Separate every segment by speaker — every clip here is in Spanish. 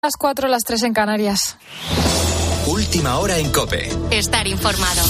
Speaker 1: Las 4, las 3 en Canarias.
Speaker 2: Última hora en COPE.
Speaker 3: Estar informado.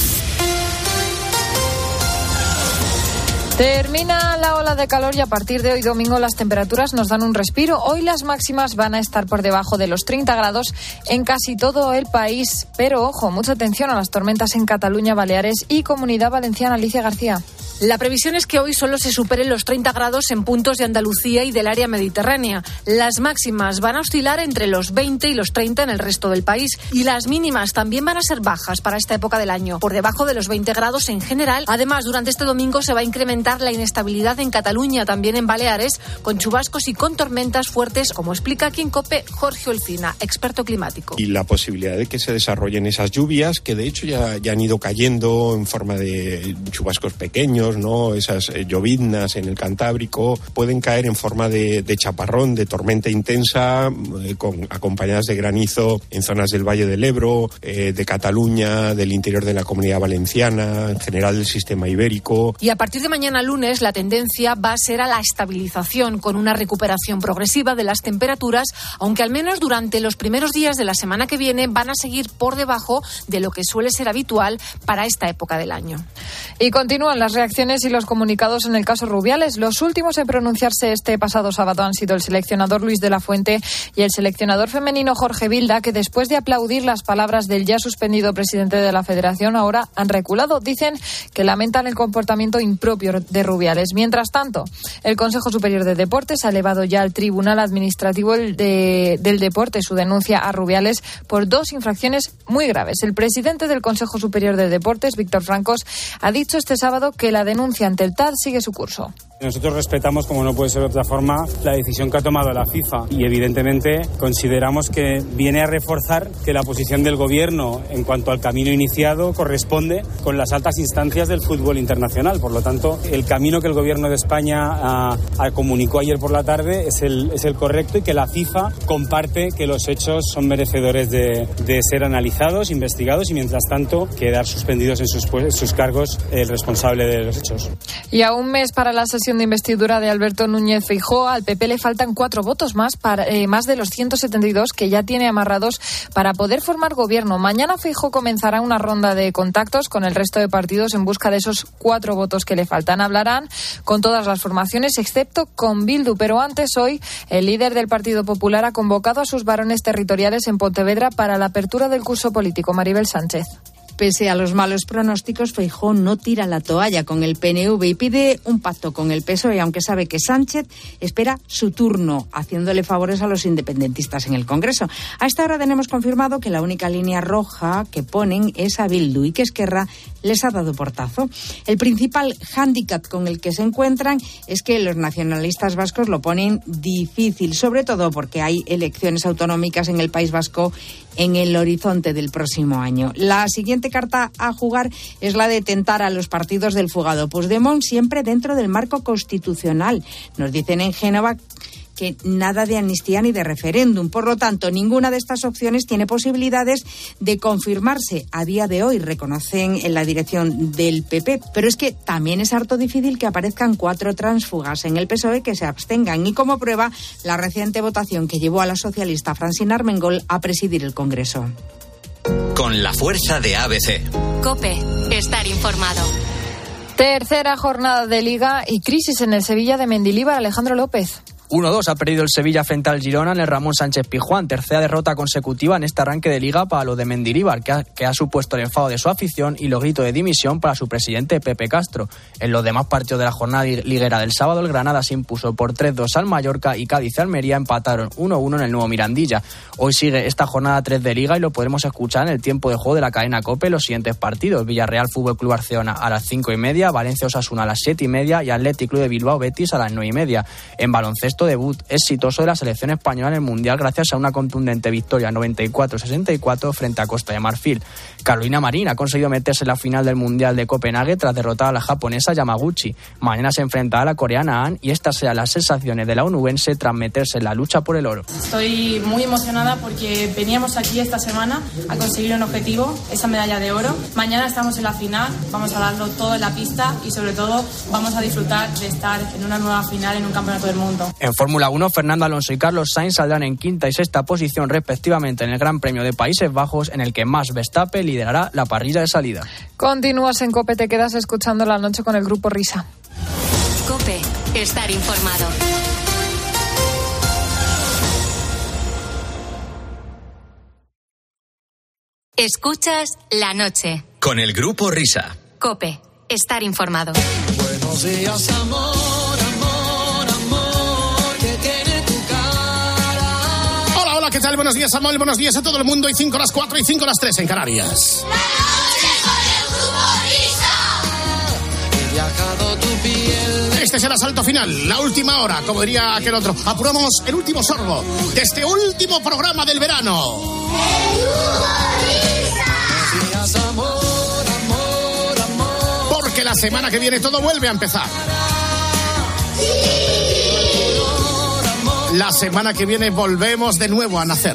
Speaker 1: Termina la ola de calor y a partir de hoy domingo las temperaturas nos dan un respiro. Hoy las máximas van a estar por debajo de los 30 grados en casi todo el país. Pero ojo, mucha atención a las tormentas en Cataluña, Baleares y Comunidad Valenciana. Alicia García.
Speaker 4: La previsión es que hoy solo se superen los 30 grados en puntos de Andalucía y del área mediterránea. Las máximas van a oscilar entre los 20 y los 30 en el resto del país. Y las mínimas también van a ser bajas para esta época del año, por debajo de los 20 grados en general. Además, durante este domingo se va a incrementar la inestabilidad en Cataluña, también en Baleares, con chubascos y con tormentas fuertes, como explica aquí en COPE Jorge Olcina, experto climático.
Speaker 5: Y la posibilidad de que se desarrollen esas lluvias, que de hecho ya han ido cayendo en forma de chubascos pequeños, ¿no? Esas lloviznas en el Cantábrico pueden caer en forma de chaparrón, de tormenta intensa, acompañadas de granizo en zonas del Valle del Ebro, de Cataluña, del interior de la Comunidad Valenciana, en general del sistema ibérico.
Speaker 4: Y a partir de mañana lunes la tendencia va a ser a la estabilización, con una recuperación progresiva de las temperaturas, aunque al menos durante los primeros días de la semana que viene van a seguir por debajo de lo que suele ser habitual para esta época del año.
Speaker 1: Y continúan las reacciones y los comunicados en el caso Rubiales. Los últimos en pronunciarse este pasado sábado han sido el seleccionador Luis de la Fuente y el seleccionador femenino Jorge Vilda, que después de aplaudir las palabras del ya suspendido presidente de la Federación, ahora han reculado. Dicen que lamentan el comportamiento impropio de Rubiales. Mientras tanto, el Consejo Superior de Deportes ha elevado ya al Tribunal Administrativo del Deporte su denuncia a Rubiales por 2 infracciones muy graves. El presidente del Consejo Superior de Deportes, Víctor Francos, ha dicho este sábado que la denuncia ante el TAD sigue su curso.
Speaker 6: Nosotros respetamos, como no puede ser de otra forma, la decisión que ha tomado la FIFA y evidentemente consideramos que viene a reforzar que la posición del Gobierno en cuanto al camino iniciado corresponde con las altas instancias del fútbol internacional. Por lo tanto, el camino que el Gobierno de España comunicó ayer por la tarde es el correcto y que la FIFA comparte que los hechos son merecedores de ser analizados, investigados y mientras tanto quedar suspendidos en sus cargos el responsable de los hechos.
Speaker 1: Y a un mes para la sesión de investidura de Alberto Núñez Feijóo, al PP le faltan 4 votos más de los 172 que ya tiene amarrados para poder formar gobierno. Mañana Feijóo comenzará una ronda de contactos con el resto de partidos en busca de esos 4 votos que le faltan. Hablarán con todas las formaciones excepto con Bildu, pero antes hoy el líder del Partido Popular ha convocado a sus varones territoriales en Pontevedra para la apertura del curso político. Maribel Sánchez.
Speaker 7: Pese a los malos pronósticos, Feijóo no tira la toalla con el PNV y pide un pacto con el PSOE, aunque sabe que Sánchez espera su turno, haciéndole favores a los independentistas en el Congreso. A esta hora tenemos confirmado que la única línea roja que ponen es a Bildu y que Esquerra les ha dado portazo. El principal hándicap con el que se encuentran es que los nacionalistas vascos lo ponen difícil, sobre todo porque hay elecciones autonómicas en el País Vasco en el horizonte del próximo año. La siguiente carta a jugar es la de tentar a los partidos del fugado Puigdemont, siempre dentro del marco constitucional. Nos dicen en Génova que nada de amnistía ni de referéndum. Por lo tanto, ninguna de estas opciones tiene posibilidades de confirmarse a día de hoy, reconocen en la dirección del PP. Pero es que también es harto difícil que aparezcan 4 tránsfugas en el PSOE que se abstengan. Y como prueba, la reciente votación que llevó a la socialista Francina Armengol a presidir el Congreso.
Speaker 2: Con la fuerza de ABC.
Speaker 3: COPE. Estar informado.
Speaker 1: Tercera jornada de Liga y crisis en el Sevilla de Mendilibar. Alejandro López.
Speaker 8: 1-2 ha perdido el Sevilla frente al Girona en el Ramón Sánchez Pizjuán. Tercera derrota consecutiva en este arranque de Liga para lo de Mendilibar, que ha supuesto el enfado de su afición y los gritos de dimisión para su presidente Pepe Castro. En los demás partidos de la jornada liguera del sábado, el Granada se impuso por 3-2 al Mallorca y Cádiz y Almería empataron 1-1 en el nuevo Mirandilla. Hoy sigue esta jornada 3 de Liga y lo podremos escuchar en el tiempo de juego de la cadena COPE los siguientes partidos: Villarreal Fútbol Club Barcelona a las 5:30, Valencia Osasuna a las 7:30 y Athletic Club de Bilbao Betis a las 9:30. En baloncesto, debut exitoso de la selección española en el Mundial gracias a una contundente victoria 94-64 frente a Costa de Marfil. Carolina Marín ha conseguido meterse en la final del Mundial de Copenhague tras derrotar a la japonesa Yamaguchi. Mañana se enfrentará a la coreana An y estas serán las sensaciones de la onubense tras meterse en la lucha por el oro.
Speaker 9: Estoy muy emocionada porque veníamos aquí esta semana a conseguir un objetivo, esa medalla de oro. Mañana estamos en la final, vamos a darlo todo en la pista y sobre todo vamos a disfrutar de estar en una nueva final en un campeonato del mundo.
Speaker 8: En En Fórmula 1, Fernando Alonso y Carlos Sainz saldrán en quinta y sexta posición respectivamente en el Gran Premio de Países Bajos, en el que Max Verstappen liderará la parrilla de salida.
Speaker 1: Continúas en COPE, te quedas escuchando La Noche con el Grupo Risa.
Speaker 3: COPE, estar informado. Escuchas La Noche.
Speaker 2: Con el Grupo Risa.
Speaker 3: COPE, estar informado.
Speaker 10: Buenos días, amor, amor, amor, que tiene tu cara.
Speaker 11: Hola, hola, ¿qué tal? Buenos días, amor, buenos días a todo el mundo. Y 5 a las 4 y 5 a las 3 en Canarias.
Speaker 10: La noche con el Grupo Risa. He viajado tu piel.
Speaker 11: Este es el asalto final, la última hora, como diría aquel otro. Apuramos el último sorbo de este último programa del verano.
Speaker 10: El Grupo Risa. Buenos días, amor.
Speaker 11: Que la semana que viene todo vuelve a empezar. La semana que viene volvemos de nuevo a nacer.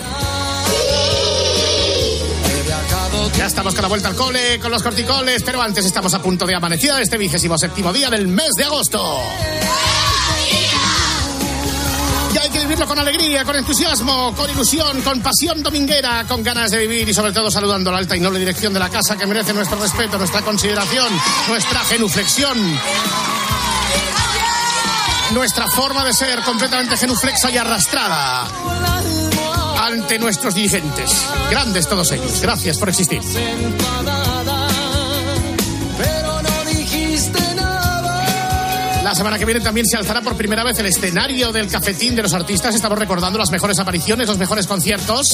Speaker 11: Ya estamos con la vuelta al cole, con los corticoles, pero antes estamos a punto de amanecida de este 27º día del mes de agosto. Y hay que vivirlo con alegría, con entusiasmo, con ilusión, con pasión dominguera, con ganas de vivir y sobre todo saludando a la alta y noble dirección de la casa que merece nuestro respeto, nuestra consideración, nuestra genuflexión. Nuestra forma de ser completamente genuflexa y arrastrada ante nuestros dirigentes. Grandes todos ellos. Gracias por existir. La semana que viene también se alzará por primera vez el escenario del cafetín de los artistas. Estamos recordando las mejores apariciones, los mejores conciertos.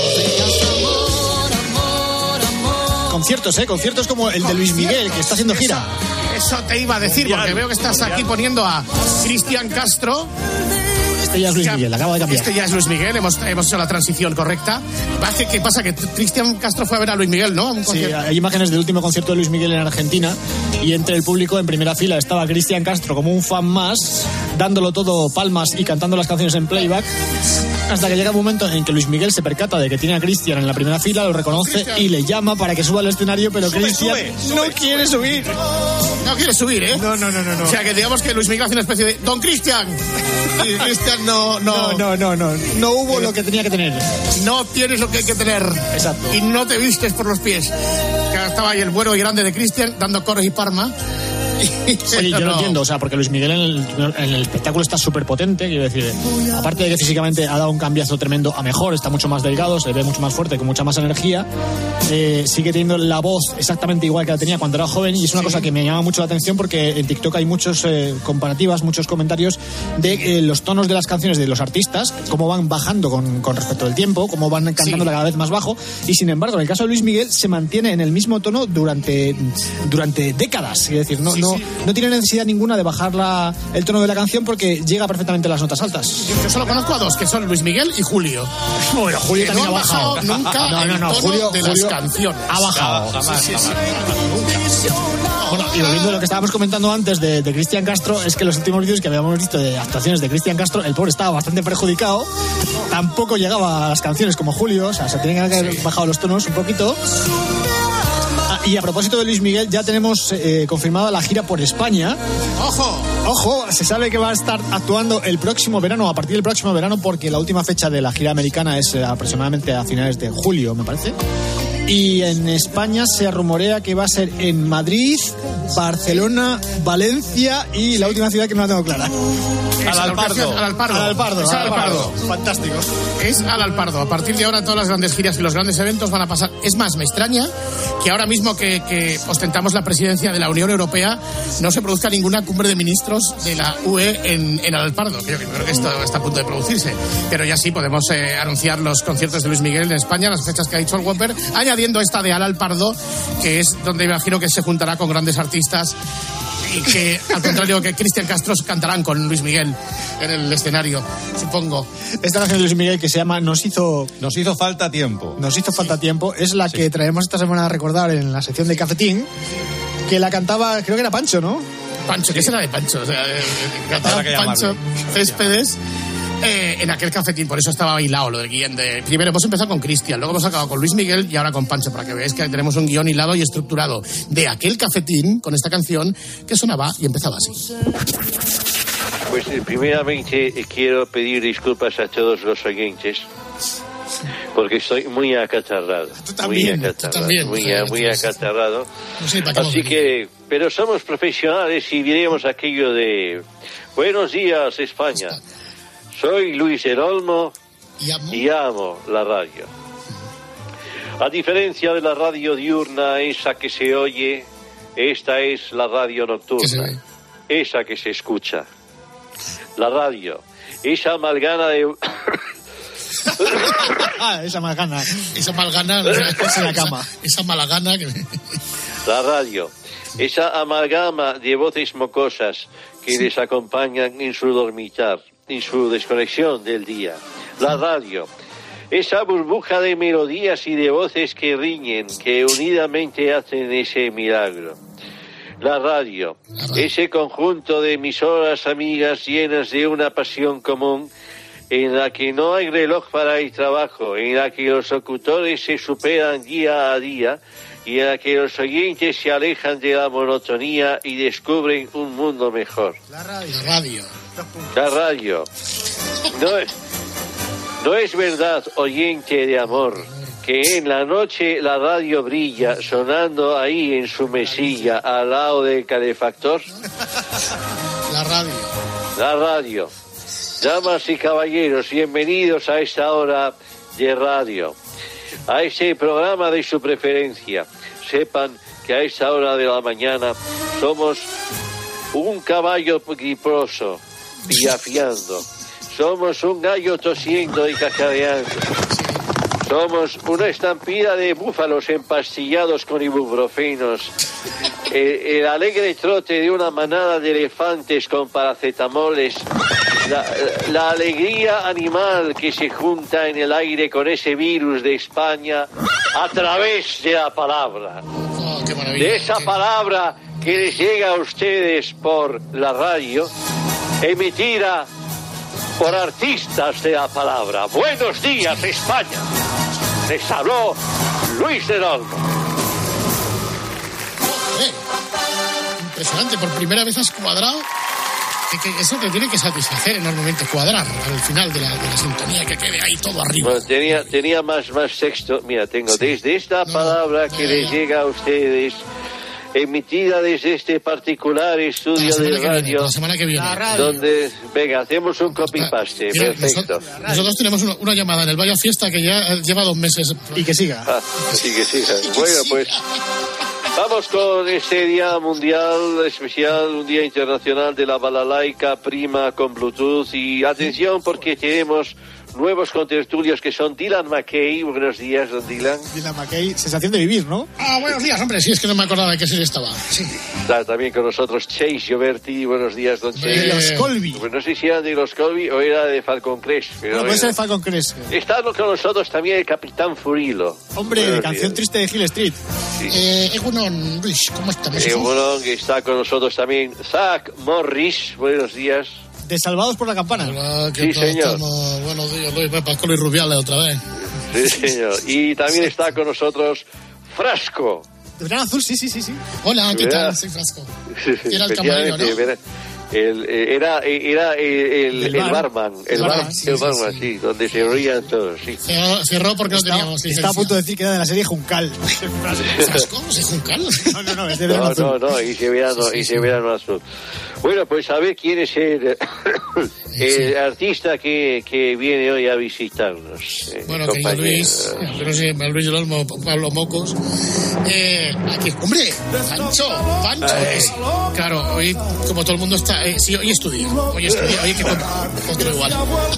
Speaker 12: Conciertos como el de Luis Miguel, que está haciendo gira.
Speaker 11: Eso te iba a decir, porque veo que estás aquí poniendo a Cristian Castro.
Speaker 12: Este ya es Luis Miguel, acaba de cambiar.
Speaker 11: Este ya es Luis Miguel, hemos hecho la transición correcta. ¿Qué pasa? Que Cristian Castro fue a ver a Luis Miguel, ¿no?
Speaker 12: Sí, hay imágenes del último concierto de Luis Miguel en Argentina y entre el público en primera fila estaba Cristian Castro como un fan más, dándolo todo palmas y cantando las canciones en playback, hasta que llega un momento en que Luis Miguel se percata de que tiene a Cristian en la primera fila, lo reconoce y le llama para que suba al escenario, pero Cristian no quiere subir.
Speaker 11: No quiere subir, ¿eh?
Speaker 12: No.
Speaker 11: O sea, que digamos que Luis Miguel hace una especie de Don Cristian. Y Cristian no
Speaker 12: hubo lo que tenía que tener.
Speaker 11: No tienes lo que hay que tener.
Speaker 12: Exacto.
Speaker 11: Y no te vistes por los pies. Que estaba ahí el bueno y grande de Cristian dando coros y parma.
Speaker 12: Oye, yo no entiendo, o sea, porque Luis Miguel en el espectáculo está súper potente, quiero decir, aparte de que físicamente ha dado un cambiazo tremendo a mejor, está mucho más delgado, se ve mucho más fuerte, con mucha más energía, sigue teniendo la voz exactamente igual que la tenía cuando era joven, y es una cosa que me llama mucho la atención porque en TikTok hay muchos comparativas, muchos comentarios de los tonos de las canciones de los artistas, cómo van bajando con respecto al tiempo, cómo van cantándola cada vez más bajo, y sin embargo en el caso de Luis Miguel se mantiene en el mismo tono durante décadas, quiero decir, no tiene necesidad ninguna de bajar el tono de la canción porque llega perfectamente a las notas altas.
Speaker 11: Yo solo conozco a dos, que son Luis Miguel y Julio.
Speaker 12: Bueno, Julio también
Speaker 11: no
Speaker 12: ha bajado.
Speaker 11: Nunca el tono
Speaker 12: Julio,
Speaker 11: de las canciones.
Speaker 12: Ha bajado.
Speaker 11: Jamás.
Speaker 12: Bueno, y volviendo a lo que estábamos comentando antes de Cristian Castro, es que los últimos vídeos que habíamos visto de actuaciones de Cristian Castro, el pobre estaba bastante perjudicado, tampoco llegaba a las canciones como Julio, o sea, se tenían que haber bajado los tonos un poquito. Y a propósito de Luis Miguel, ya tenemos confirmada la gira por España. ¡Ojo! Se sabe que va a estar actuando el próximo verano, a partir del próximo verano, porque la última fecha de la gira americana es aproximadamente a finales de julio, me parece. Y en España se rumorea que va a ser en Madrid, Barcelona, Valencia y la última ciudad que no la tengo clara.
Speaker 11: Alalpardo.
Speaker 12: Fantástico.
Speaker 11: Es Alalpardo. A partir de ahora todas las grandes giras y los grandes eventos van a pasar. Es más, me extraña que ahora mismo que ostentamos la presidencia de la Unión Europea no se produzca ninguna cumbre de ministros de la UE en Alalpardo. Creo que esto está a punto de producirse. Pero ya sí podemos anunciar los conciertos de Luis Miguel en España, las fechas que ha dicho el Whopper, añadiendo esta de Alalpardo, que es donde imagino que se juntará con grandes artistas y que, al contrario que Cristian Castro, cantarán con Luis Miguel en el escenario, supongo.
Speaker 12: Esta canción de Luis Miguel que se llama Nos hizo
Speaker 13: falta tiempo.
Speaker 12: Nos hizo falta tiempo, es la que traemos esta semana a recordar en la sección de Cafetín, que la cantaba, creo que era Pancho, ¿no?
Speaker 11: Pancho, ¿qué será de Pancho? O sea, cantaba Pancho Céspedes. En aquel cafetín, por eso estaba bailado lo del guión de... Primero hemos empezado con Cristian, luego hemos acabado con Luis Miguel y ahora con Pancho, para que veáis que tenemos un guión hilado y estructurado de aquel cafetín con esta canción que sonaba y empezaba así.
Speaker 13: Pues primeramente quiero pedir disculpas a todos los oyentes porque estoy muy acatarrado. Muy acatarrado.
Speaker 11: No sé,
Speaker 13: así que, pero somos profesionales y diremos aquello de buenos días, España. Soy Luis del Olmo y amo la radio. A diferencia de la radio diurna, esa que se oye, esta es la radio nocturna, esa que se escucha. La radio, esa amalgama de...
Speaker 12: esa malgana.
Speaker 11: Esa malgana.
Speaker 12: Esa la cama.
Speaker 11: Esa malagana que...
Speaker 13: La radio, esa amalgama de voces mocosas que les acompañan en su dormitar, en su desconexión del día. La radio, esa burbuja de melodías y de voces que riñen, que unidamente hacen ese milagro. La radio, ese conjunto de emisoras amigas llenas de una pasión común, en la que no hay reloj para el trabajo, en la que los locutores se superan día a día y en la que los oyentes se alejan de la monotonía y descubren un mundo mejor.
Speaker 11: La radio.
Speaker 13: La radio. No es verdad, oyente de amor, que en la noche la radio brilla sonando ahí en su mesilla al lado del calefactor.
Speaker 11: La radio.
Speaker 13: La radio. Damas y caballeros, bienvenidos a esta hora de radio, a ese programa de su preferencia. Sepan que a esta hora de la mañana somos un caballo griposo piafiando, somos un gallo tosiendo y cacareando, somos una estampida de búfalos empastillados con ibuprofenos, el alegre trote de una manada de elefantes con paracetamoles, la alegría animal que se junta en el aire con ese virus de España a través de la palabra.
Speaker 11: Oh, qué maravilla.
Speaker 13: De esa palabra que les llega a ustedes por la radio, emitida por artistas de la palabra. Buenos días, España. Les habló Luis del Olmo.
Speaker 11: Impresionante, por primera vez has cuadrado. Que eso te tiene que satisfacer enormemente, cuadrar al final de la sintonía, que quede ahí todo arriba.
Speaker 13: Bueno, tenía más texto. Mira, tengo desde esta palabra que les llega a ustedes, emitida desde este particular estudio de radio,
Speaker 11: la semana que viene.
Speaker 13: Donde, venga, hacemos un copy-paste. Perfecto.
Speaker 11: Nosotros tenemos una llamada en el Vaya Fiesta que ya lleva 2 meses.
Speaker 12: Y que siga.
Speaker 13: Sí, que siga. Bueno, pues... Vamos con este Día Mundial Especial, un Día Internacional de la Balalaica Prima con Bluetooth. Y atención porque tenemos nuevos contertulios que son Dylan McKay. Buenos días, don Dylan.
Speaker 12: Dylan McKay, sensación de vivir, ¿no?
Speaker 11: Buenos días, hombre. Sí, es que no me acordaba de qué serie estaba. Sí.
Speaker 13: Está también con nosotros Chase Gioberti. Buenos días, don Chase.
Speaker 12: De los Colby.
Speaker 13: Pues no sé si era de los Colby o era de Falcon Crest.
Speaker 12: No, puede ser de Falcon Crest.
Speaker 13: Está con nosotros también el Capitán Furilo.
Speaker 12: Hombre, buenos canción días. Triste de Hill Street.
Speaker 13: Sí.
Speaker 11: Egunon, Luis, ¿cómo estamos?
Speaker 13: Egunon, que está con nosotros también Zach Morris. Buenos días.
Speaker 12: De Salvados por la Campana.
Speaker 11: Hola,
Speaker 13: sí, señor.
Speaker 11: Estamos? Buenos días, Luis. Pascual y Rubiales otra vez.
Speaker 13: Sí, señor. Y también está con nosotros Frasco.
Speaker 12: De Verano Azul, sí.
Speaker 11: Hola, ¿qué tal? Soy Frasco. Era el camarero, ¿no?
Speaker 13: Era el barman. El barman, sí, donde se rían todos, sí.
Speaker 11: Cerró porque no teníamos licencia.
Speaker 12: Está a punto de decir que era de la serie Juncal.
Speaker 11: ¿Frasco? ¿Es Juncal?
Speaker 12: No, es de Verano Azul.
Speaker 13: No, y se Verano Azul. Bueno, pues a ver quién es el artista que viene hoy a visitarnos.
Speaker 11: Bueno, querido Luis, Luis del Olmo, Pablo Mocos. Aquí, hombre, Pancho. Claro, hoy, como todo el mundo está... sí, hoy estudia, hoy que otro igual.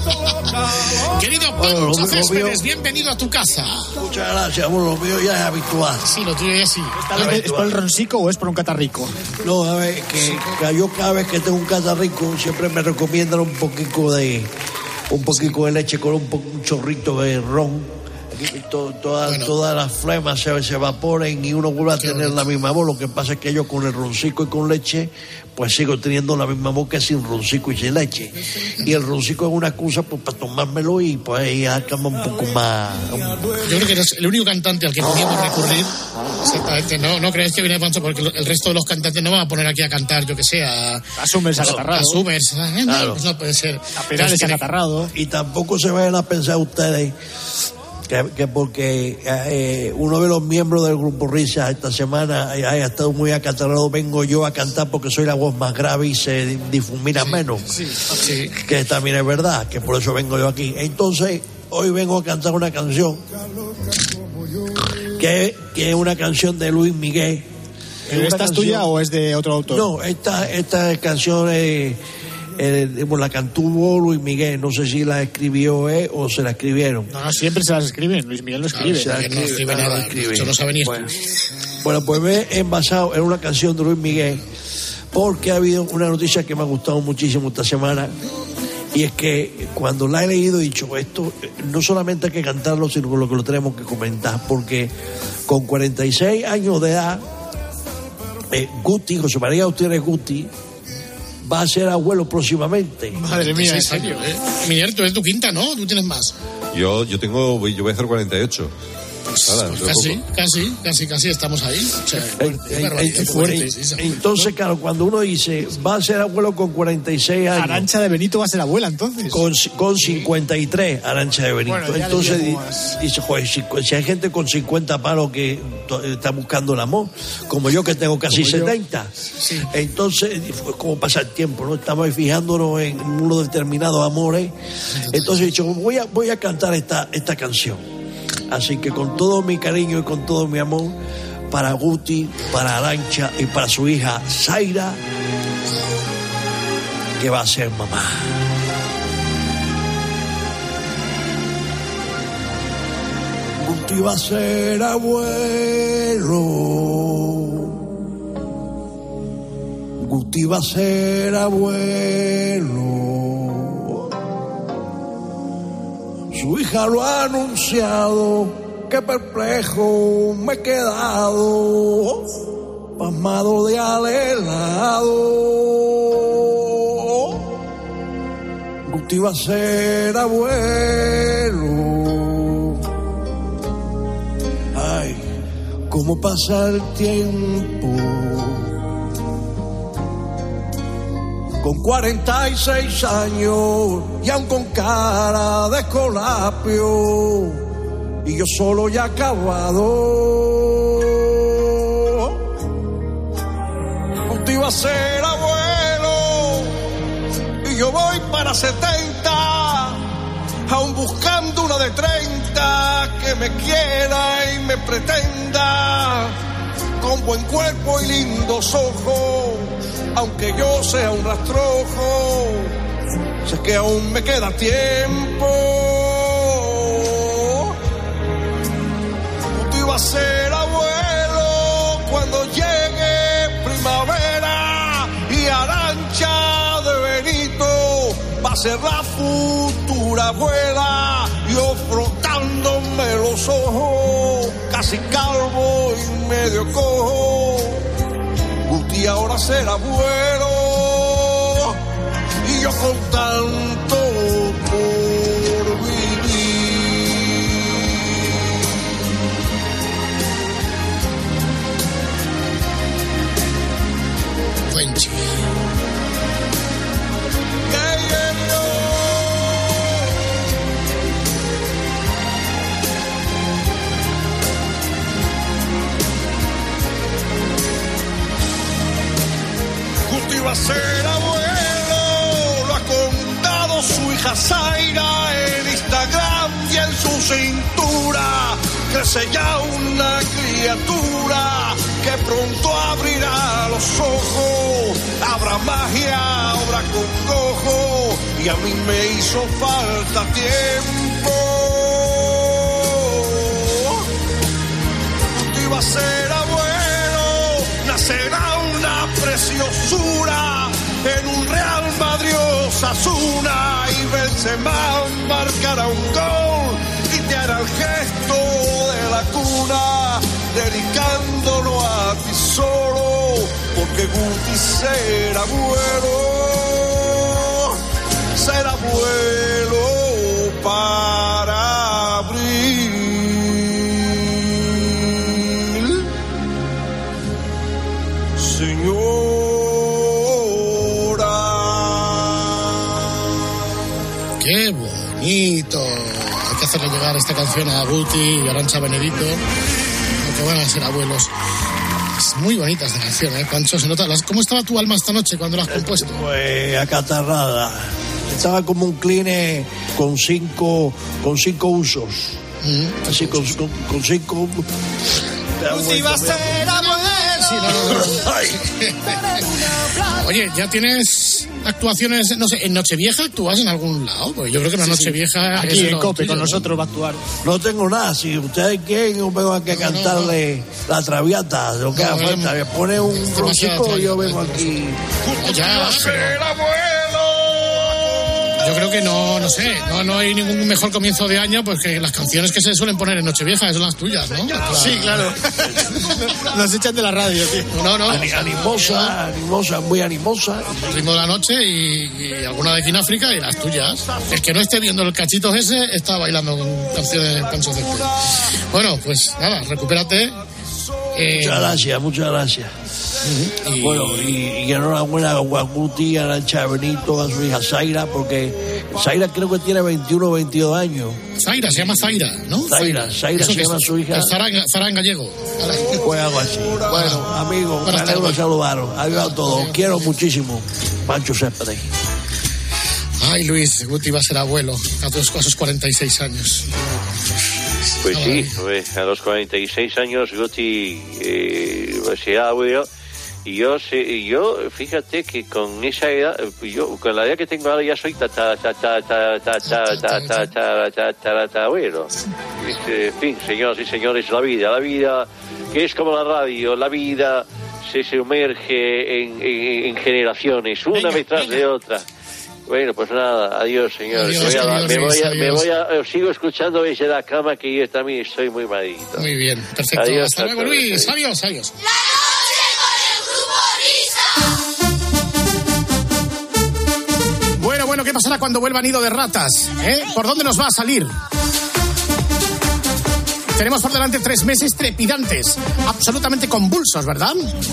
Speaker 11: Querido Pancho Céspedes, bienvenido a tu casa.
Speaker 14: Muchas gracias, bueno, lo mío ya es habitual.
Speaker 11: Sí, lo tuyo ya sí.
Speaker 12: ¿Es por el roncico o es por un catarrico?
Speaker 14: No, a ver, que yo cada vez que tengo un catarrico siempre me recomiendan un poquito de leche con un chorrito de ron. todas las flemas se evaporen y uno vuelve a tener la misma voz. Lo que pasa es que yo con el roncico y con leche pues sigo teniendo la misma voz que sin roncico y sin leche. Y el roncico es una excusa pues para tomármelo y pues ya cambia un poco más.
Speaker 11: Yo creo que eres el único cantante al que podíamos recurrir. Exactamente, no crees que viene Pancho, porque el resto de los cantantes no van a poner aquí a cantar, yo que sé, a
Speaker 12: Summers acatarrado.
Speaker 11: A Summers,
Speaker 14: claro.
Speaker 11: Pues no puede ser.
Speaker 12: A Perales acatarrado.
Speaker 14: Y tampoco se vayan a pensar ustedes que porque uno de los miembros del grupo Risa esta semana haya estado muy acatarrado, vengo yo a cantar porque soy la voz más grave y se difumina menos.
Speaker 11: Sí.
Speaker 14: Que también es verdad, que por eso vengo yo aquí. Entonces, hoy vengo a cantar una canción que es una canción de Luis Miguel.
Speaker 12: ¿Esta es tuya o es de otro autor?
Speaker 14: No, esta canción la cantó Luis Miguel, no sé si la escribió o se la escribieron.
Speaker 12: No, siempre se las escriben, Luis Miguel no escribe.
Speaker 11: No escribe nada, yo no sabe ni escribir.
Speaker 14: Bueno, pues me he envasado en una canción de Luis Miguel porque ha habido una noticia que me ha gustado muchísimo esta semana, y es que cuando la he leído he dicho, esto no solamente hay que cantarlo, sino que lo tenemos que comentar, porque con 46 años de edad, Guti, José María Gutiérrez Guti, va a ser abuelo próximamente.
Speaker 11: Madre mía, en serio, Miguel, tú eres tu quinta, ¿no? Tú tienes más.
Speaker 15: Yo voy a hacer 48.
Speaker 11: Casi estamos ahí. O sea, es fuerte.
Speaker 14: Entonces, claro, cuando uno dice va a ser abuelo con 46 años,
Speaker 12: Arantxa de Benito va a ser abuela entonces.
Speaker 14: Con 53, Arantxa de Benito. Bueno, entonces dice, joder, si hay gente con 50 palos que está buscando el amor, como yo que tengo casi 70. Sí. Entonces, como pasa el tiempo, ¿no? Estamos ahí fijándonos en unos determinados amores. Entonces he dicho, voy a cantar esta canción. Así que con todo mi cariño y con todo mi amor para Guti, para Arantxa y para su hija Zaira, que va a ser mamá. Guti va a ser abuelo. Guti va a ser abuelo. Su hija lo ha anunciado, qué perplejo me he quedado, pasmado de alelado. Guti va a ser abuelo. Ay, cómo pasa el tiempo. Con 46 años y aún con cara de escolapio, y yo solo ya acabado. Guti va a ser abuelo y yo voy para 70, aún buscando una de 30 que me quiera y me pretenda, con buen cuerpo y lindos ojos, aunque yo sea un rastrojo, sé que aún me queda tiempo. Guti va a ser abuelo cuando llegue primavera, y Arantxa de Benito va a ser la futura abuela. Yo frotándome los ojos, casi calvo y medio cojo. Guti ahora será abuelo, y yo con tanto por vivir.
Speaker 11: Fuenchi.
Speaker 14: Guti va a ser abuelo, lo ha contado su hija Zaira en Instagram, y en su cintura crece ya una criatura que pronto abrirá los ojos. Habrá magia, habrá congojo, y a mí me hizo falta tiempo. Guti va a ser abuelo, nacerá una preciosura en un Real Madrid Osasuna, y Benzema marcará un gol y te hará el gesto
Speaker 16: dedicándolo a ti solo, porque Guti será bueno para abril. Señora.
Speaker 11: Qué bonito. Hay que hacerle llegar esta canción a Guti y Arantxa Benedito, porque van a ser abuelos. Es muy bonita esta canción, Pancho, se nota. ¿Cómo estaba tu alma esta noche cuando la has compuesto?
Speaker 14: Pues acatarrada. Estaba como un cline con cinco usos. Así con 5.
Speaker 11: Guti va a ser abuelo. Sí, no. Oye, ¿ya tienes actuaciones, no sé, en Nochevieja actúas en algún lado? Pues yo creo que en la Nochevieja...
Speaker 12: Aquí en COPE con nosotros va a actuar.
Speaker 14: No tengo nada, si ustedes quieren yo vengo aquí a cantarle la Traviata, lo que haga falta, me pone un rosico y yo vengo aquí.
Speaker 11: Ya, yo creo que no sé, no hay ningún mejor comienzo de año pues que las canciones que se suelen poner en Nochevieja son las tuyas, ¿no?
Speaker 12: Sí, claro. Nos echan de la radio, tío.
Speaker 11: No.
Speaker 14: Animosa, muy animosa.
Speaker 11: El ritmo de la noche y alguna de aquí en África y las tuyas. El que no esté viendo el cachito ese está bailando con canciones de Pancho Césped. Bueno, pues nada, recupérate.
Speaker 14: Muchas gracias. Bueno, y enhorabuena a Guti, a Arantxa Benedito, a su hija Zaira, porque Zaira creo que tiene 21 o 22 años.
Speaker 11: Zaira, se llama Zaira, ¿no?
Speaker 14: Zaira se llama su hija.
Speaker 11: Zara en gallego.
Speaker 14: Pues algo así. Bueno, amigos, me alegro de saludaros. Adiós a todos. Quiero muchísimo. Pancho Césped.
Speaker 11: Ay, Luis, Guti va a ser abuelo a sus 46 años.
Speaker 13: Pues sí, a los 46 años Guti va a ser abuelo. Y yo fíjate que con esa edad, con la edad que tengo ahora ya soy abuelo. En fin, señoras y señores, la vida, que es como la radio, la vida se sumerge en generaciones, una detrás de otra. Bueno, pues nada, adiós, señores. Sigo escuchando desde la cama, que yo también estoy muy malito.
Speaker 11: Muy bien, perfecto.
Speaker 13: Adiós,
Speaker 11: hasta luego, Luis. Adiós. Bueno, ¿qué pasará cuando vuelva Nido de Ratas? ¿Por dónde nos va a salir? Tenemos por delante 3 meses trepidantes, absolutamente convulsos, ¿verdad?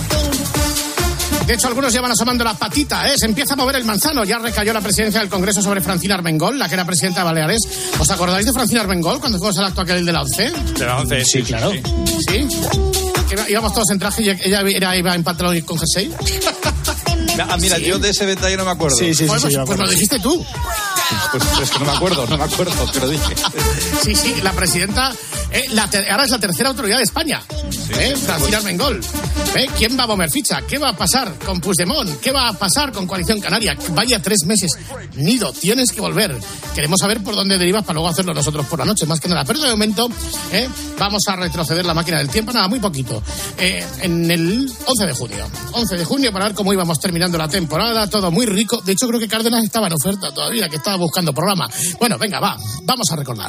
Speaker 11: De hecho, algunos ya van asomando la patita, Se empieza a mover el manzano. Ya recayó la presidencia del Congreso sobre Francina Armengol, la que era presidenta de Baleares. ¿Os acordáis de Francina Armengol cuando fuimos al acto aquel de la ONCE?
Speaker 17: De la ONCE, sí, claro.
Speaker 11: ¿Sí? Íbamos todos en traje y ella iba en pantalón y con jersey.
Speaker 17: Mira, yo de ese detalle no me acuerdo.
Speaker 11: Sí, pues me lo dijiste tú.
Speaker 17: Pues es que no me acuerdo, te lo dije.
Speaker 11: Sí, la presidenta, ahora es la tercera autoridad de España, Francina Armengol. ¿Quién va a mover ficha? ¿Qué va a pasar con Puigdemont? ¿Qué va a pasar con Coalición Canaria? Vaya 3 meses. Nido, tienes que volver. Queremos saber por dónde derivas para luego hacerlo nosotros por la noche, más que nada. Pero de momento, vamos a retroceder la máquina del tiempo, nada, muy poquito. En el 11 de junio. 11 de junio para ver cómo íbamos terminando la temporada, todo muy rico. De hecho, creo que Cárdenas estaba en oferta todavía, que estaba buscando programa. Bueno, venga, vamos a recordar.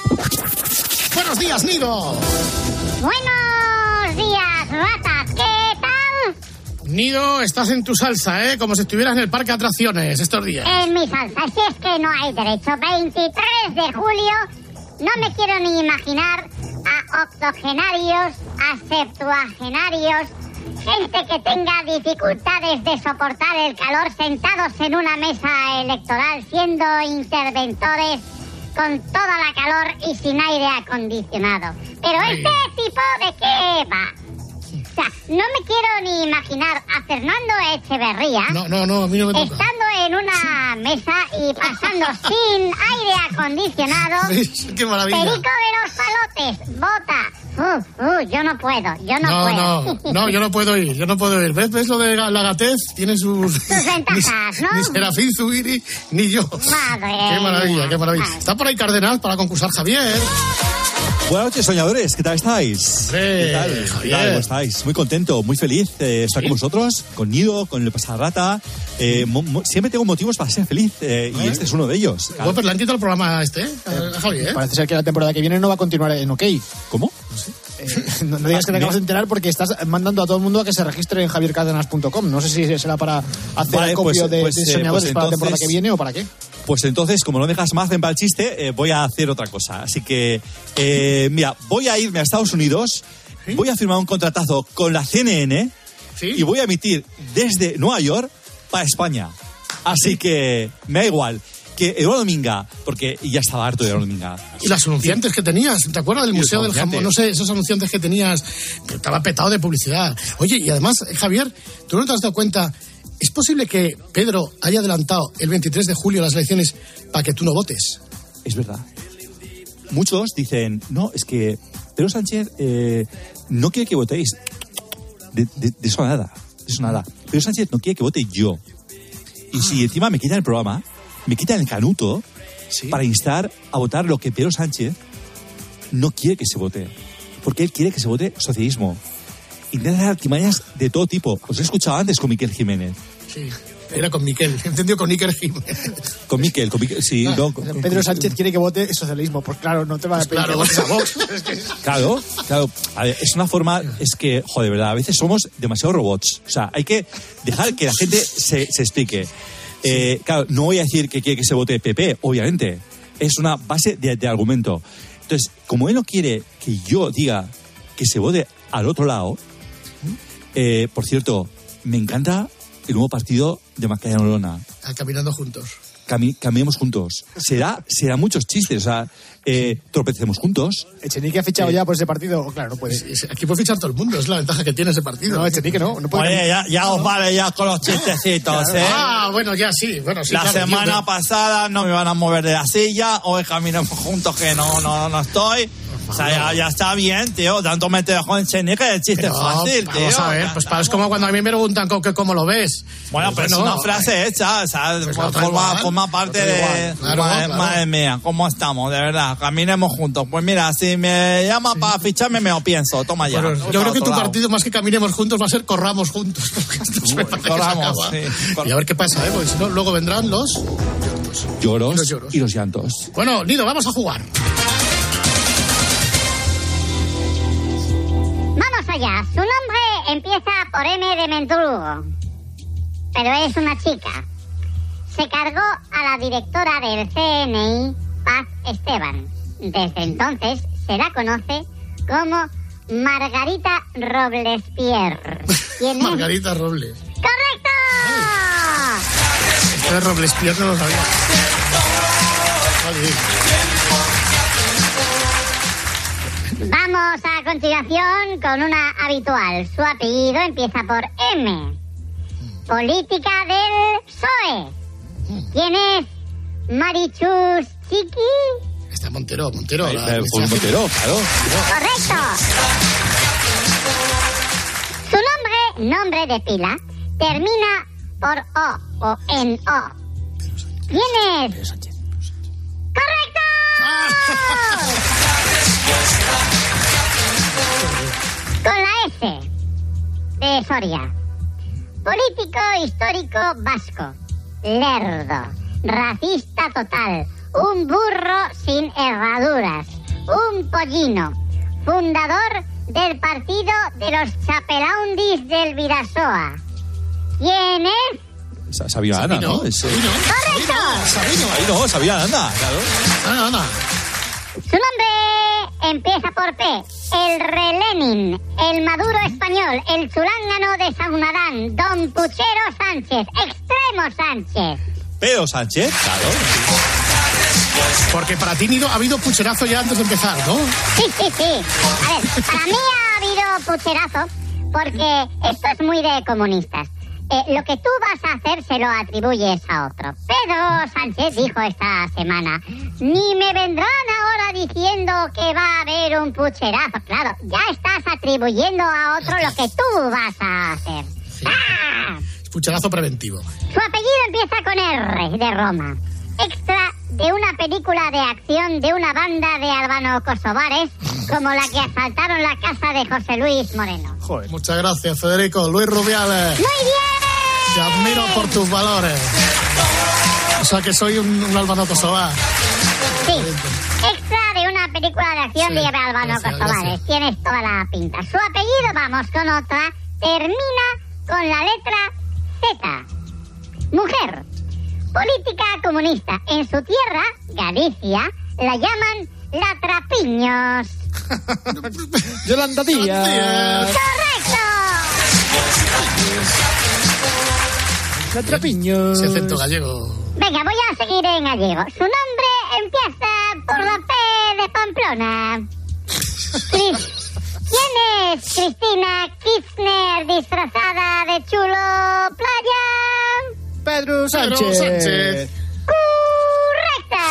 Speaker 11: Buenos días, Nido.
Speaker 18: Buenos días, ratas. ¿Qué tal?
Speaker 11: Nido, estás en tu salsa, como si estuvieras en el parque de atracciones estos días.
Speaker 18: En mi salsa, si es que no hay derecho. 23 de julio, no me quiero ni imaginar a octogenarios, a septuagenarios, gente que tenga dificultades de soportar el calor sentados en una mesa electoral siendo interventores con toda la calor y sin aire acondicionado. Pero este tipo de qué va. O sea, no me quiero ni imaginar a Fernando Echeverría
Speaker 11: no, a mí no me toca.
Speaker 18: Estando en una mesa y pasando sin aire acondicionado.
Speaker 11: ¡Qué maravilla!
Speaker 18: Perico de los palotes, bota. Yo no puedo.
Speaker 11: No, yo no puedo ir. ¿Ves lo de la gatez? Tiene sus
Speaker 18: ventajas, ¿no?
Speaker 11: Ni Serafín Zubiri, ni yo.
Speaker 18: Madre.
Speaker 11: Qué maravilla. Está por ahí Cardenal para concursar Javier.
Speaker 19: Buenas noches, soñadores. ¿Qué tal estáis?
Speaker 11: ¿Qué
Speaker 19: tal? ¿Cómo estáis? Muy contento, muy feliz de estar con vosotros, con Nido, con el Pasarrata. Siempre tengo motivos para ser feliz y este es uno de ellos.
Speaker 11: Bueno, pero le han quitado el programa Javier.
Speaker 12: Parece ser que la temporada que viene no va a continuar en OK.
Speaker 19: ¿Cómo?
Speaker 12: No digas que te acabas de enterar porque estás mandando a todo el mundo a que se registre en javiercadenas.com. No sé si será para hacer acopio de soñadores para la temporada que viene o para qué.
Speaker 19: Pues entonces, como no dejas más para el chiste, voy a hacer otra cosa. Así que, mira, voy a irme a Estados Unidos, ¿sí? Voy a firmar un contratazo con la CNN, ¿sí? Y voy a emitir desde Nueva York para España. Así que me da igual. Que Eduardo Minga, porque ya estaba harto de Eduardo Minga.
Speaker 11: Y las anunciantes que tenías, ¿te acuerdas del Museo del Jamón? No sé, esos anunciantes que tenías, estaba petado de publicidad. Oye, y además, Javier, ¿tú no te has dado cuenta? ¿Es posible que Pedro haya adelantado el 23 de julio las elecciones para que tú no votes?
Speaker 19: Es verdad. Muchos dicen, no, es que Pedro Sánchez no quiere que votéis. De eso nada, de eso nada. Pedro Sánchez no quiere que vote yo. Y si encima me quitan el programa, me quitan el canuto, ¿sí? Para instar a votar lo que Pedro Sánchez no quiere que se vote. Porque él quiere que se vote socialismo. Intenta hacer artimañas de todo tipo. Os he escuchado antes con Miquel Jiménez.
Speaker 11: Sí, era con Miquel. Entendió con Iker Jiménez.
Speaker 19: Con Miquel, sí.
Speaker 12: No, Pedro Sánchez quiere que vote socialismo. Pues claro, no te va a pedir que votes a Vox.
Speaker 19: Claro. A ver, es una forma, es que, joder, de verdad, a veces somos demasiado robots. O sea, hay que dejar que la gente se explique. Claro, no voy a decir que quiere que se vote PP, obviamente. Es una base de argumento. Entonces, como él no quiere que yo diga que se vote al otro lado, por cierto, me encanta el nuevo partido de Macarena Olona.
Speaker 11: Caminando juntos.
Speaker 19: Caminemos juntos. Será muchos chistes, o sea, tropecemos juntos.
Speaker 12: Echenique ha fichado ya por ese partido. Claro, no puede.
Speaker 11: Aquí puede fichar todo el mundo, es la ventaja que tiene ese partido.
Speaker 12: No, Echenique no puede.
Speaker 20: Oye, ya os vale ya con los chistecitos,
Speaker 11: claro. Bueno, ya sí. Bueno, sí,
Speaker 20: la
Speaker 11: claro,
Speaker 20: semana pasada no me van a mover de la silla, hoy caminamos juntos que no estoy. O sea, ya está bien, tío. Tanto me te dejo en Echenique, el chiste es fácil, tío.
Speaker 11: Vamos a ver, pues es como cuando a mí me preguntan cómo lo ves.
Speaker 20: Bueno, pero es una frase hecha, o sea, pues forma parte de...
Speaker 11: Claro.
Speaker 20: Madre mía, ¿cómo estamos? De verdad, caminemos juntos. Pues mira, si me llama para ficharme, me lo pienso. Toma ya.
Speaker 11: Bueno, yo creo que tu partido, más que caminemos juntos, va a ser corramos juntos.
Speaker 20: Corramos, sí.
Speaker 11: Y a ver qué pasa, porque si no, luego vendrán los...
Speaker 19: lloros y los llantos.
Speaker 11: Bueno, Nido, vamos a jugar.
Speaker 18: Vamos allá. Su nombre empieza por M de Mentrugo, pero es una chica. Se cargó a la directora del CNI, Paz Esteban. Desde entonces se la conoce como Margarita Roblespierre. ¿Quién es?
Speaker 11: Margarita Robles.
Speaker 18: ¡Correcto!
Speaker 11: Esto de Roblespierre no lo sabía.
Speaker 18: Vamos a continuación con una habitual. Su apellido empieza por M. Política del PSOE. ¿Quién es? Marichus Chiqui.
Speaker 11: Está Montero.
Speaker 19: Montero, claro.
Speaker 18: Correcto. Su nombre de pila, termina por O o en O. ¿Quién es? ¡Correcto! Con la S de Soria. Político histórico vasco. Lerdo. Racista total. Un burro sin herraduras. Un pollino. Fundador del partido de los chapelaundis del Vidasoa. ¿Quién es?
Speaker 19: Sabía Ana, ¿no?
Speaker 18: ¡Correcto!
Speaker 19: Sabía Ana, claro.
Speaker 11: Ana.
Speaker 18: Su nombre empieza por P. El Relenin, el Maduro español, el Chulángano de Saunadán, Don Puchero Sánchez, Extremo Sánchez.
Speaker 19: Pedro Sánchez, claro.
Speaker 11: Porque para ti, Nido, ha habido pucherazo ya antes de empezar, ¿no?
Speaker 18: Sí. A ver, para mí ha habido pucherazo porque esto es muy de comunistas. Lo que tú vas a hacer se lo atribuyes a otro. Pedro Sánchez dijo esta semana: ni me vendrán ahora diciendo que va a haber un pucherazo. Claro, ya estás atribuyendo a otro lo que tú vas a hacer.
Speaker 11: Sí. ¡Ah! Pucherazo preventivo.
Speaker 18: Su apellido empieza con R, de Roma. Extra de una película de acción de una banda de albano-kosovares como la que asaltaron la casa de José Luis Moreno.
Speaker 11: Joder. Muchas gracias, Federico. Luis Rubiales.
Speaker 18: ¡Muy bien!
Speaker 11: Te admiro por tus valores. O sea que soy un albano kosovar.
Speaker 18: Sí. Extra de una película película de acción de Álvaro Costovanes. Tienes toda la pinta. Su apellido, vamos con otra, termina con la letra Z. Mujer. Política comunista. En su tierra, Galicia, la llaman la Trapiños.
Speaker 12: Yolanda Díaz.
Speaker 18: ¡Correcto!
Speaker 12: La Trapiños.
Speaker 11: Ese acento gallego.
Speaker 18: Venga, voy a seguir en gallego. Su nombre empieza por la P de Pamplona. ¿Quién es Cristina Kirchner disfrazada de chulo playa?
Speaker 12: Pedro Sánchez.
Speaker 18: ¡Correcta!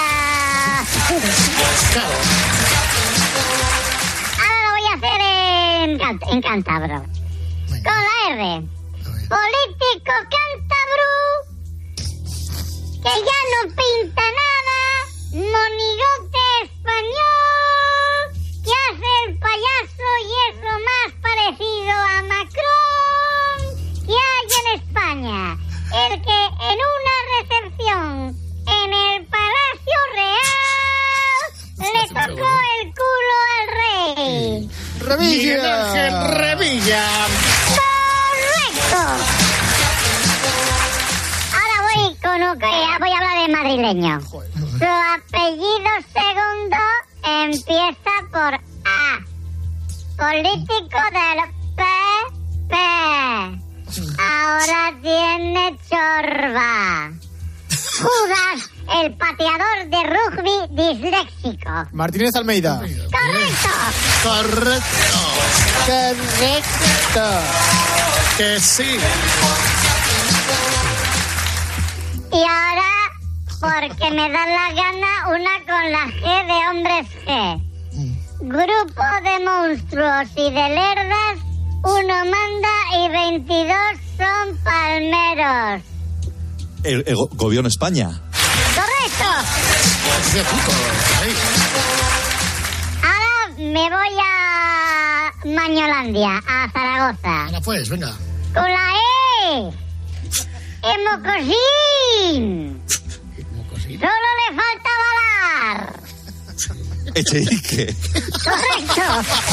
Speaker 18: Ahora lo voy a hacer en cántabro. Con la R. Político cántabro que ya no pinta nada, monigote español, que hace el payaso y es lo más parecido a Macron que hay en España. El que en una recepción en el Palacio Real le tocó el culo al rey.
Speaker 11: Miguel Ángel Revilla.
Speaker 18: ¡Correcto! Ahora voy a hablar de madrileño. Su apellido segundo empieza por A. Político del PP. Ahora tiene chorba. Judas, el pateador de rugby disléxico.
Speaker 12: Martínez Almeida.
Speaker 18: ¡Correcto!
Speaker 11: Correcto. Que sí.
Speaker 18: Y ahora, porque me da la gana, una con la G de hombres G. Grupo de monstruos y de lerdas, uno manda y 22 son palmeros.
Speaker 19: El gobierno de España.
Speaker 18: ¡Correcto! Ahora me voy a Mañolandia, a Zaragoza.
Speaker 11: Ahora pues, venga.
Speaker 18: Con la E. Emocosín. Solo le falta balar.
Speaker 19: Echenique.
Speaker 18: Correcto.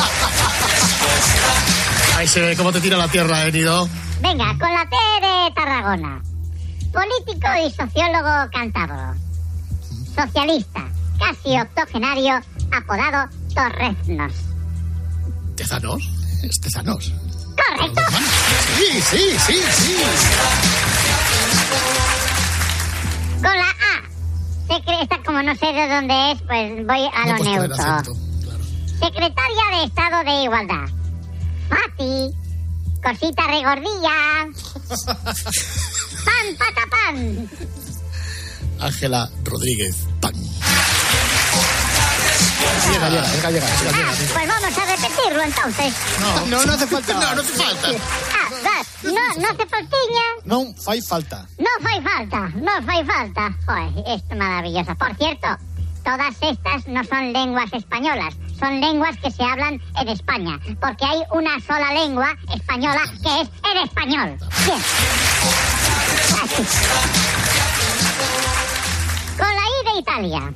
Speaker 11: Ahí se ve cómo te tira la tierra, Nido.
Speaker 18: Venga, con la T de Tarragona. Político y sociólogo cántabro. Socialista, casi octogenario, apodado Torreznos.
Speaker 11: ¿Tezanos? Es Tezanos.
Speaker 18: ¡Correcto!
Speaker 11: Sí.
Speaker 18: Con la A. Esta, como no sé de dónde es, pues voy a lo neutro. Claro. Secretaria de Estado de Igualdad. Fati. Cosita regordilla. Pan, patapán.
Speaker 11: Ángela Rodríguez. Pan. Llega.
Speaker 18: Pues vamos a repetirlo entonces.
Speaker 12: No hace falta.
Speaker 11: No hace falta.
Speaker 18: No hace faltiña.
Speaker 12: No fai falta.
Speaker 18: No fai falta. Joder, esto es maravilloso. Por cierto, todas estas no son lenguas españolas. Son lenguas que se hablan en España. Porque hay una sola lengua española que es el español. Bien. Con la I de Italia.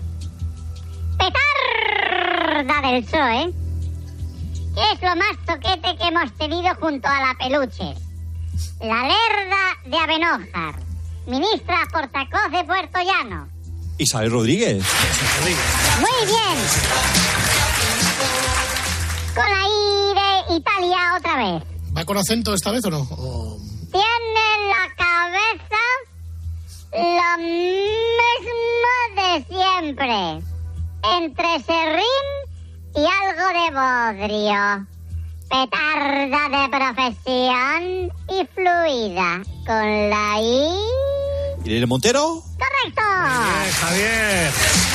Speaker 18: Petarda del PSOE. Que es lo más toquete que hemos tenido junto a la peluche. La Lerda de Abenójar. Ministra portavoz de Puerto Llano.
Speaker 19: Isabel Rodríguez.
Speaker 18: Muy bien. Con la I de Italia otra vez.
Speaker 11: ¿Va con acento esta vez o no?
Speaker 18: Tiene en la cabeza lo mismo de siempre. Entre serrín y algo de bodrio. Petarda de profesión y fluida. Con la I...
Speaker 19: ¿Irene Montero?
Speaker 18: ¡Correcto!
Speaker 11: Bien, Javier.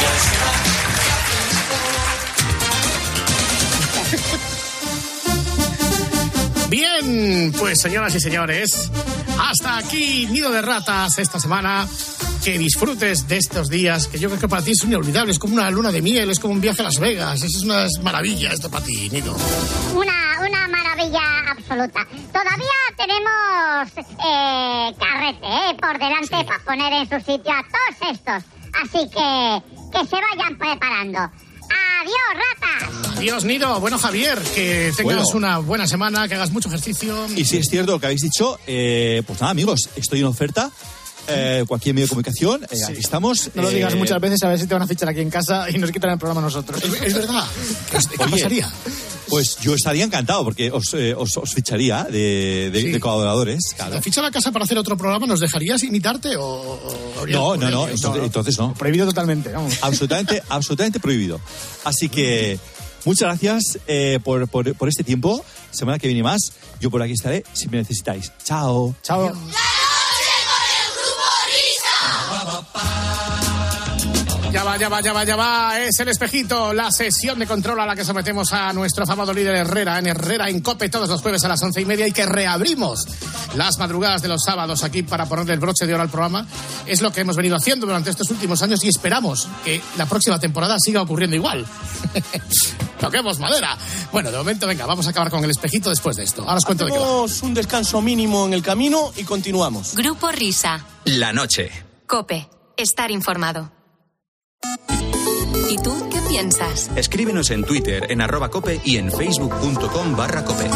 Speaker 11: Bien, pues señoras y señores, hasta aquí Nido de Ratas esta semana. Que disfrutes de estos días, que yo creo que para ti es inolvidable, es como una luna de miel, es como un viaje a Las Vegas, es una maravilla esto para ti, Nido.
Speaker 18: Una maravilla absoluta. Todavía tenemos carrete por delante para poner en su sitio a todos estos. Así que se vayan preparando. Adiós, ratas.
Speaker 11: Adiós, Nido. Bueno, Javier, que tengas una buena semana, que hagas mucho ejercicio.
Speaker 19: Y si es cierto lo que habéis dicho, pues nada, amigos, estoy en oferta. Cualquier medio de comunicación, aquí estamos.
Speaker 12: No lo digas muchas veces, a ver si te van a fichar aquí en casa y nos quitan el programa a nosotros.
Speaker 11: Es verdad. ¿Qué pasaría?
Speaker 19: Pues yo estaría encantado porque os ficharía de colaboradores. Claro.
Speaker 11: ¿Te ficha la casa para hacer otro programa? ¿Nos dejarías imitarte o...?
Speaker 19: No, entonces no.
Speaker 12: Prohibido totalmente, vamos.
Speaker 19: Absolutamente prohibido. Así que muchas gracias por este tiempo. Semana que viene más. Yo por aquí estaré si me necesitáis. Chao.
Speaker 12: Chao.
Speaker 11: Ya va. Es el espejito, la sesión de control a la que sometemos a nuestro afamado líder Herrera en COPE todos los jueves a las 11:30 y que reabrimos las madrugadas de los sábados aquí para ponerle el broche de oro al programa. Es lo que hemos venido haciendo durante estos últimos años y esperamos que la próxima temporada siga ocurriendo igual. Toquemos madera. Bueno, de momento, venga, vamos a acabar con el espejito después de esto. Ahora os cuento de qué va.
Speaker 21: Hacemos un descanso mínimo en el camino y continuamos.
Speaker 3: Grupo Risa.
Speaker 2: La noche.
Speaker 3: COPE. Estar informado. ¿Y tú qué piensas?
Speaker 2: Escríbenos en Twitter, en @cope y en facebook.com/cope.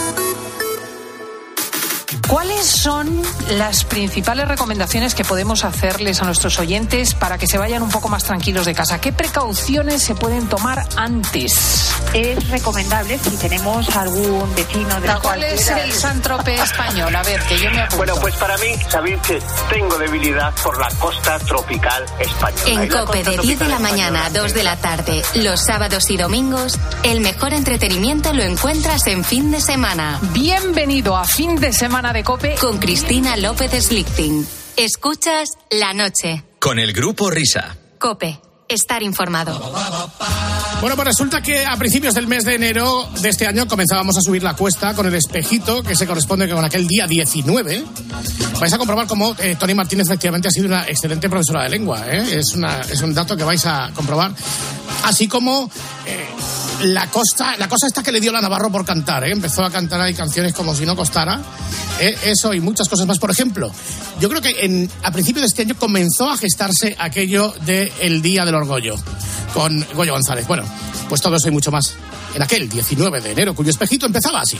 Speaker 4: ¿Cuáles son las principales recomendaciones que podemos hacerles a nuestros oyentes para que se vayan un poco más tranquilos de casa? ¿Qué precauciones se pueden tomar antes?
Speaker 22: Es recomendable si tenemos algún vecino de
Speaker 4: ¿Cuál es el Saint-Tropez español? A ver, que yo me apunto.
Speaker 23: Bueno, pues para mí, sabéis que tengo debilidad por la costa tropical española.
Speaker 3: En COPE de 10 de la mañana a 2 de la tarde, los sábados y domingos, el mejor entretenimiento lo encuentras en fin de semana.
Speaker 4: Bienvenido a fin de semana de COPE
Speaker 3: con Cristina López Slichting. Escuchas La Noche.
Speaker 2: Con el Grupo Risa.
Speaker 3: COPE. Estar informado.
Speaker 11: Bueno, pues resulta que a principios del mes de enero de este año comenzábamos a subir la cuesta con el espejito que se corresponde con aquel día 19. Vais a comprobar cómo Tony Martínez efectivamente ha sido una excelente profesora de lengua. Es un dato que vais a comprobar. Así como la cosa esta que le dio la Navarro por cantar. Empezó a cantar ahí canciones como si no costara. Eso y muchas cosas más. Por ejemplo, yo creo que a principios de este año comenzó a gestarse aquello del Día del Orgullo con Goyo González. Bueno, pues todo eso y mucho más en aquel 19 de enero, cuyo espejito empezaba así.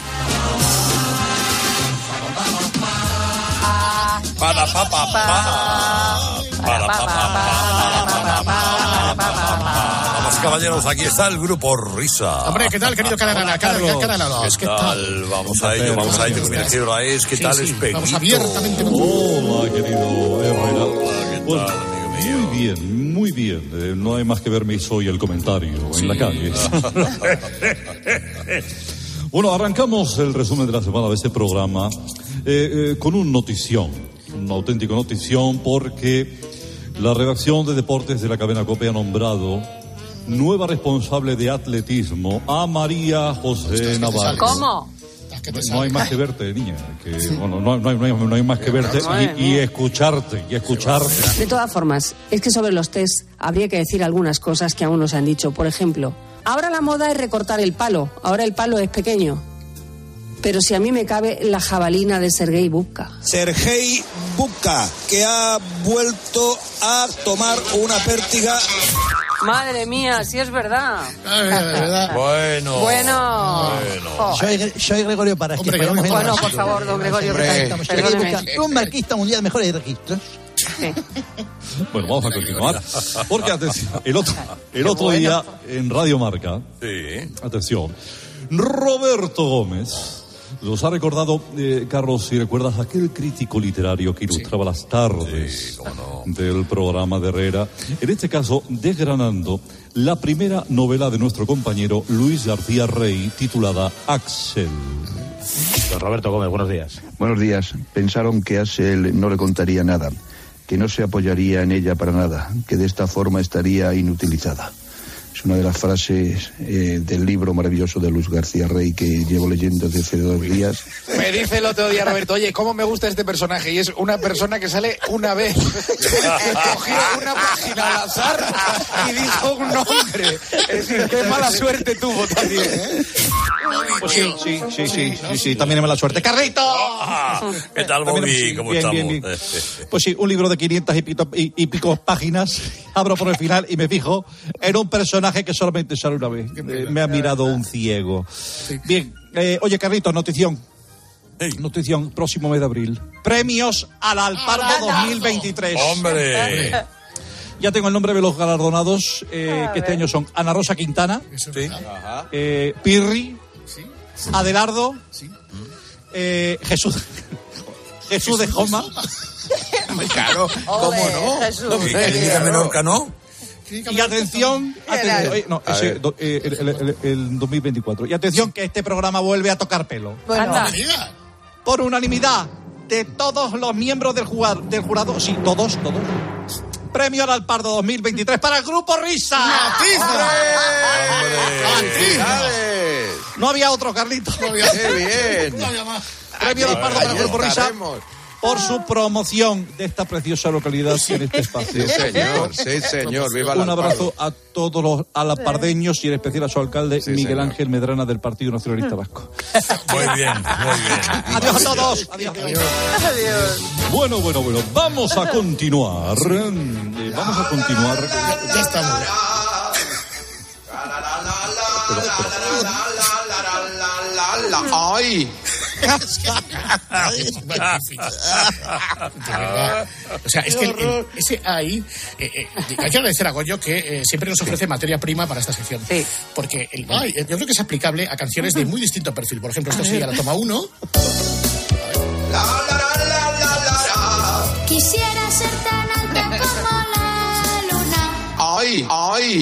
Speaker 16: Vamos, caballeros, aquí está el Grupo Risa.
Speaker 11: Hombre, ¿qué tal, querido Carlos?
Speaker 16: ¿Qué tal? Vamos a ello, que mi hora es. ¿Qué tal, espejito?
Speaker 11: Vamos abiertamente.
Speaker 15: Hola, querido Herrera. Hola, ¿qué tal, amigo mío? Muy bien. No hay más que ver mis hoy el comentario en la calle. Bueno, arrancamos el resumen de la semana de este programa con una auténtica notición, porque la redacción de deportes de la cadena COPE ha nombrado nueva responsable de atletismo a María José Navarro.
Speaker 4: ¿Cómo?
Speaker 15: No hay más que verte, niña. No hay más que verte y escucharte.
Speaker 24: De todas formas, es que sobre los test habría que decir algunas cosas que aún no se han dicho. Por ejemplo, ahora la moda es recortar el palo. Ahora el palo es pequeño. Pero si a mí me cabe la jabalina de Sergei Bubka.
Speaker 25: Sergei Bubka, que ha vuelto a tomar una pértiga.
Speaker 24: Madre mía, sí es verdad.
Speaker 16: Bueno.
Speaker 24: Oh.
Speaker 25: Soy Gregorio Parás.
Speaker 24: Bueno, por favor, don Gregorio,
Speaker 25: un marquista mundial de mejores registros.
Speaker 24: Sí.
Speaker 15: Bueno, vamos a continuar. Porque, atención, el otro día en Radio Marca, atención, Roberto Gómez nos ha recordado, Carlos, si recuerdas, aquel crítico literario que ilustraba las tardes del programa de Herrera, en este caso desgranando la primera novela de nuestro compañero Luis García Rey, titulada Axel.
Speaker 26: Don Roberto Gómez, buenos días.
Speaker 27: Buenos días. Pensaron que Axel no le contaría nada, que no se apoyaría en ella para nada, que de esta forma estaría inutilizada. Es una de las frases del libro maravilloso de Luis García Rey que llevo leyendo desde hace 2 días.
Speaker 17: Me dice el otro día Roberto, oye, ¿cómo me gusta este personaje? Y es una persona que sale una vez, que cogió una página al azar y dijo un nombre. Es decir, qué mala suerte tuvo también, ¿eh?
Speaker 19: Pues sí, también es mala suerte. ¡Carrito!
Speaker 16: ¿Qué tal, Bobby? ¿Cómo estamos? Bien.
Speaker 19: Pues sí, un libro de 500 y pico páginas, abro por el final y me fijo en un personaje
Speaker 15: personaje que solamente sale una vez. Me ha mirado un ciego. Sí. Bien, oye, Carlitos, notición. Hey. Notición, próximo mes de abril. Premios al Alpardo 2023.
Speaker 16: ¡Hombre!
Speaker 15: Ya tengo el nombre de los galardonados, que este año son Ana Rosa Quintana,
Speaker 16: sí.
Speaker 15: Pirri, sí. Adelardo, sí. Jesús de Joma.
Speaker 16: Claro, ¿cómo no? Liga Menorca, ¿no?
Speaker 15: Y atención, el 2024. Y atención que este programa vuelve a tocar pelo.
Speaker 4: Bueno.
Speaker 15: Por unanimidad de todos los miembros del jurado, sí, todos. Premio al Alpardo 2023 para el Grupo Risa. No había otro, Carlitos.
Speaker 16: ¡Qué bien!
Speaker 15: No había más. Premio al Alpardo para el Grupo Risa por su promoción de esta preciosa localidad en este espacio.
Speaker 16: Sí, señor. Viva
Speaker 15: un abrazo a todos los alpardeños y en especial a su alcalde, sí, Miguel Ángel Medrana, del Partido Nacionalista Vasco.
Speaker 16: Muy bien.
Speaker 15: Adiós a todos. Adiós. Bueno. Vamos a continuar.
Speaker 11: Ya estamos.
Speaker 17: ¡Ay!
Speaker 11: O sea, es que ese ahí hay que agradecer a Goyo que siempre nos ofrece materia prima para esta sección. Sí. Porque yo creo que es aplicable a canciones de muy distinto perfil. Por ejemplo, esto sería la toma 1.
Speaker 1: Quisiera ser tan alta como la luna.
Speaker 17: ¡Ay!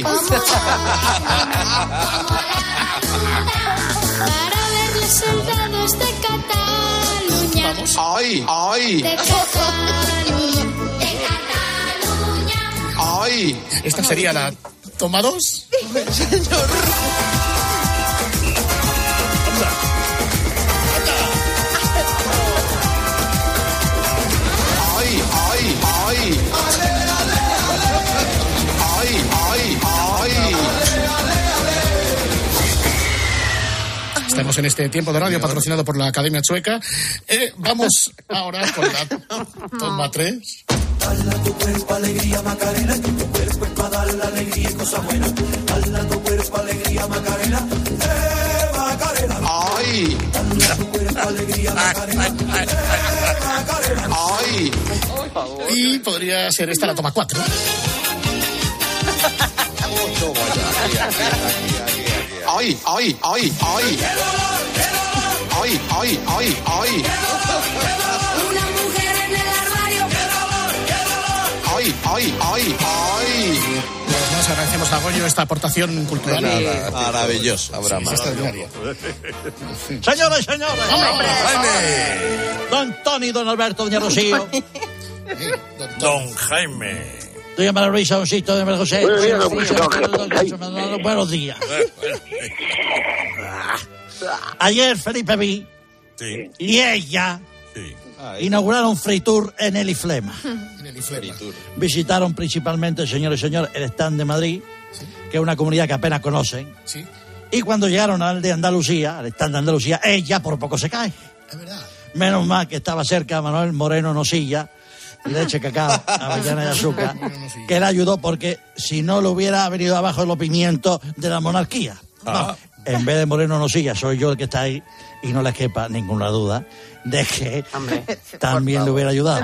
Speaker 1: Para ver los soldados de Cataluña.
Speaker 17: Vamos. ¡Ay!
Speaker 1: De Cataluña.
Speaker 17: ¡Ay!
Speaker 11: Esta sería la toma 2.
Speaker 17: Señor.
Speaker 11: Estamos en este tiempo de radio patrocinado por la Academia Chueca. Vamos ahora con la toma 3.
Speaker 5: Dale a tu cuerpo alegría, Macarena, que tu cuerpo es para dar la alegría y cosas buenas. Dale a tu cuerpo alegría, Macarena, Macarena.
Speaker 17: ¡Ay!
Speaker 5: Dale a tu cuerpo alegría, Macarena, Macarena.
Speaker 17: ¡Ay!
Speaker 11: Y podría ser esta la toma 4.
Speaker 17: ¡Ay!
Speaker 1: Una mujer en el armario.
Speaker 17: ¡Ay!
Speaker 11: Pues nos agradecemos a Goyo esta aportación cultural.
Speaker 16: Maravilloso. Habrá más.
Speaker 11: Extraordinaria.
Speaker 12: Señores. Don Tony, don Alberto, doña Rocío.
Speaker 16: Don Jaime.
Speaker 12: Doña María Luisa, don Sisto, doña María José. Buenos días. Ayer Felipe Vi y ella inauguraron Fritur en el Iflema. Visitaron principalmente, señores y señores, el stand de Madrid, que es una comunidad que apenas conocen. Sí. Y cuando llegaron al de Andalucía, al stand de Andalucía, ella por poco se cae.
Speaker 11: Es verdad.
Speaker 12: Menos mal que estaba cerca Manuel Moreno Nosilla, leche, cacao, avellana y azúcar, que le ayudó porque si no le hubiera venido abajo los pimientos de la monarquía. Vamos, en vez de Moreno Nosilla, soy yo el que está ahí y no les quepa ninguna duda de que también le hubiera ayudado.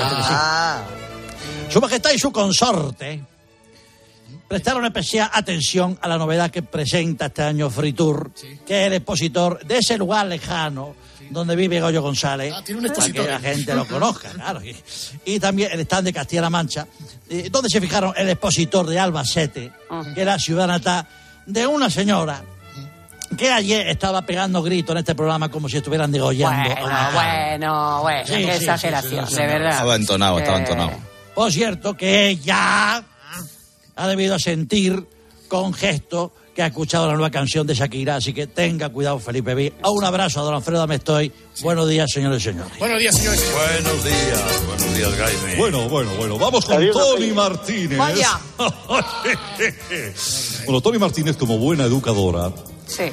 Speaker 12: Su Majestad y su consorte prestaron especial atención a la novedad que presenta este año Fritur, que es el expositor de ese lugar lejano donde vive Goyo González, para que la gente lo conozca, claro. Y también el stand de Castilla-La Mancha, donde se fijaron el expositor de Albacete, que era ciudad natal de una señora que ayer estaba pegando gritos en este programa como si estuvieran degollando.
Speaker 24: Bueno, qué exageración, de verdad.
Speaker 16: Estaba entonado.
Speaker 12: Por cierto, que ella ha debido sentir con gesto que ha escuchado la nueva canción de Shakira, así que tenga cuidado, Felipe Vi. Un abrazo a don Alfredo Amestoy. Buenos días, señores y señores.
Speaker 11: Buenos días, señores.
Speaker 16: Buenos días, Jaime.
Speaker 15: Bueno, vamos con Tony Martínez.
Speaker 24: Vaya.
Speaker 15: Bueno, Tony Martínez, como buena educadora,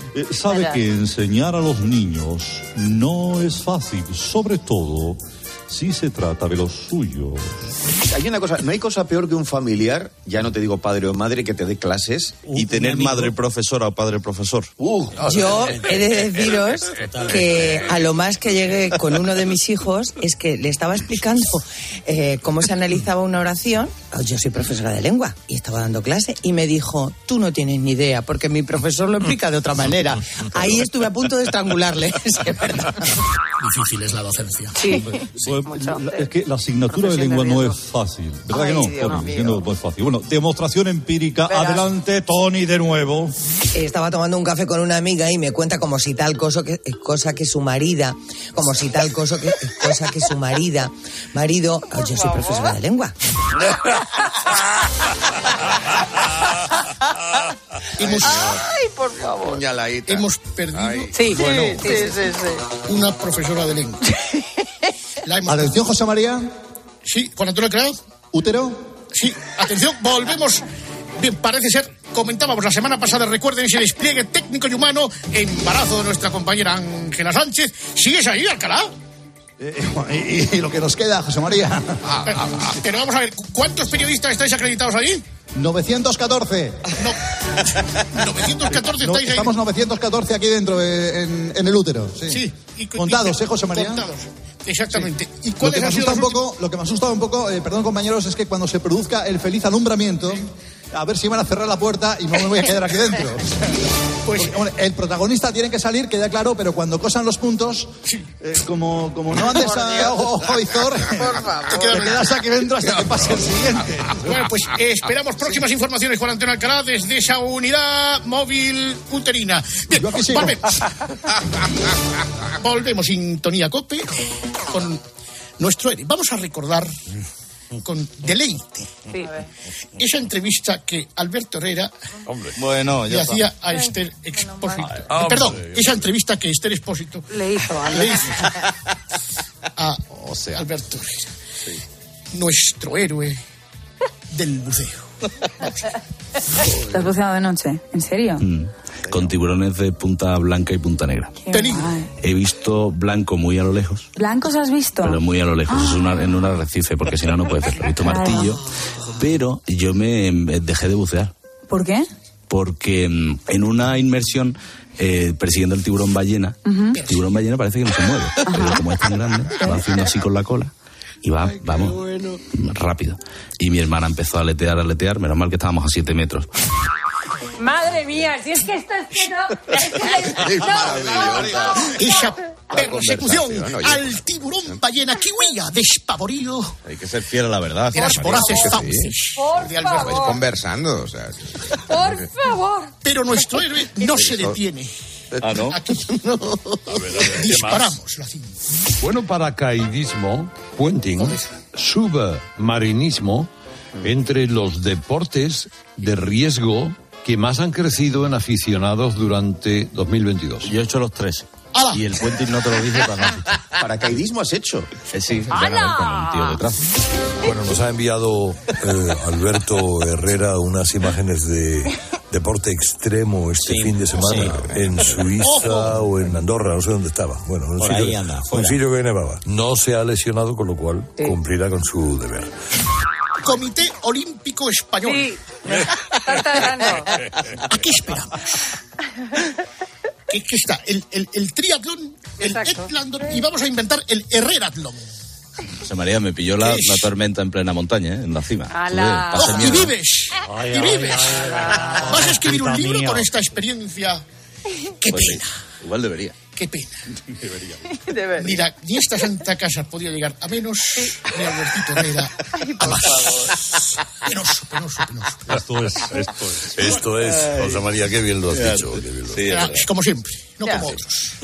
Speaker 15: sabe que enseñar a los niños no es fácil, sobre todo si se trata de los suyos.
Speaker 6: Hay una cosa, no hay cosa peor que un familiar, ya no te digo padre o madre, que te dé clases y tener madre profesora o padre profesor.
Speaker 7: Yo he de deciros que a lo más que llegué con uno de mis hijos es que le estaba explicando cómo se analizaba una oración. Yo soy profesora de lengua y estaba dando clase y me dijo, tú no tienes ni idea porque mi profesor lo explica de otra manera. Ahí estuve a punto de estrangularle, es verdad.
Speaker 11: Difícil es la docencia.
Speaker 7: Sí.
Speaker 15: Es que la asignatura de lengua no es fácil, ¿verdad?
Speaker 7: Ay,
Speaker 15: que no?
Speaker 7: Dios mío.
Speaker 15: No es fácil. Bueno, demostración empírica. Adelante, Tony, de nuevo.
Speaker 7: Estaba tomando un café con una amiga y me cuenta como si tal cosa que su marida, como si tal cosa que su marido, yo soy profesora de lengua.
Speaker 4: Ay, por favor.
Speaker 11: Hemos perdido
Speaker 7: Sí,
Speaker 11: una profesora de lengua.
Speaker 8: Atención, José María.
Speaker 11: Sí, Juan Antonio Alcaraz.
Speaker 8: ¿Útero?
Speaker 11: Sí, atención, volvemos. Bien, parece ser, comentábamos la semana pasada, recuerden ese despliegue técnico y humano, embarazo de nuestra compañera Ángela Sánchez. ¿Sigues ahí, Alcalá?
Speaker 8: Y lo que nos queda, José María.
Speaker 11: Pero vamos a ver, ¿cuántos periodistas estáis acreditados allí?
Speaker 8: 914.
Speaker 11: No, 914 estáis ahí.
Speaker 8: Estamos 914 aquí dentro, en el útero. Sí. Contados, José María.
Speaker 11: Contados. Exactamente.
Speaker 8: Sí.
Speaker 11: ¿Y cuáles han sido
Speaker 8: lo que me asusta un poco, perdón compañeros, es que cuando se produzca el feliz alumbramiento, a ver si van a cerrar la puerta y no me voy a quedar aquí dentro. Pues el protagonista tiene que salir, queda claro, pero cuando cosan los puntos, como no andes a ojo y zor, te quedas aquí dentro hasta que pase el siguiente.
Speaker 11: Bueno, pues esperamos próximas informaciones, Juan Antonio Alcalá, desde esa unidad móvil uterina. Bien, volvemos sintonía COPE con nuestro Eri. Vamos a recordar con deleite esa entrevista que Alberto Herrera le hacía a Esther Expósito. Perdón, esa entrevista que Esther Expósito
Speaker 4: le hizo
Speaker 11: a Alberto Herrera, nuestro héroe del buceo.
Speaker 22: ¿Te has buceado de noche? ¿En serio?
Speaker 9: Con tiburones de punta blanca y punta negra. He visto blanco muy a lo lejos.
Speaker 22: ¿Blancos has visto?
Speaker 9: Pero muy a lo lejos, es en un arrecife, porque si no, no puedes verlo. He visto martillo, pero yo me dejé de bucear.
Speaker 22: ¿Por qué?
Speaker 9: Porque en una inmersión persiguiendo el tiburón ballena, el tiburón ballena parece que no se mueve, pero como es tan grande, va haciendo así con la cola. Y vamos, rápido. Y mi hermana empezó a aletear, menos mal que estábamos a 7 metros.
Speaker 4: Madre mía, si es que esto es que no.
Speaker 11: Esa persecución al tiburón ballena que huía despavorido.
Speaker 6: Hay que ser fiel a la verdad.
Speaker 11: De las voraces fauces de Alberto.
Speaker 6: Pues conversando, o sea.
Speaker 4: Por favor.
Speaker 11: Pero nuestro héroe no se detiene.
Speaker 6: ¿no?
Speaker 11: Aquí disparamos la cinta.
Speaker 10: Bueno, paracaidismo, puenting, submarinismo, entre los deportes de riesgo que más han crecido en aficionados durante 2022.
Speaker 9: Yo he hecho los 3.
Speaker 11: ¡Hala!
Speaker 9: Y el puenting no te lo dice para no.
Speaker 6: ¿Paracaidismo has hecho?
Speaker 9: Sí, van a ver con un tío detrás.
Speaker 16: Bueno, nos ha enviado Alberto Herrera unas imágenes de deporte extremo este fin de semana en Suiza o en Andorra, no sé dónde estaba. Bueno, un sitio que nevaba. No se ha lesionado, con lo cual cumplirá con su deber.
Speaker 11: Comité Olímpico Español.
Speaker 4: Sí. Está tardando.
Speaker 11: ¿A qué esperamos? ¿Qué está? El triatlón, el heptatlón, y vamos a inventar el Herreratlón.
Speaker 9: José María, me pilló la tormenta en plena montaña, en la cima.
Speaker 11: ¡Y vives! ¡Y vives! ¿Vas a escribir un libro con esta experiencia? ¡Qué pena!
Speaker 9: Igual debería.
Speaker 11: ¡Qué pena! Mira, ni esta santa casa podía llegar a menos, ni Albertito Herrera a más. Penoso.
Speaker 16: Esto es, José María, qué bien lo has dicho.
Speaker 11: Como siempre, no como otros.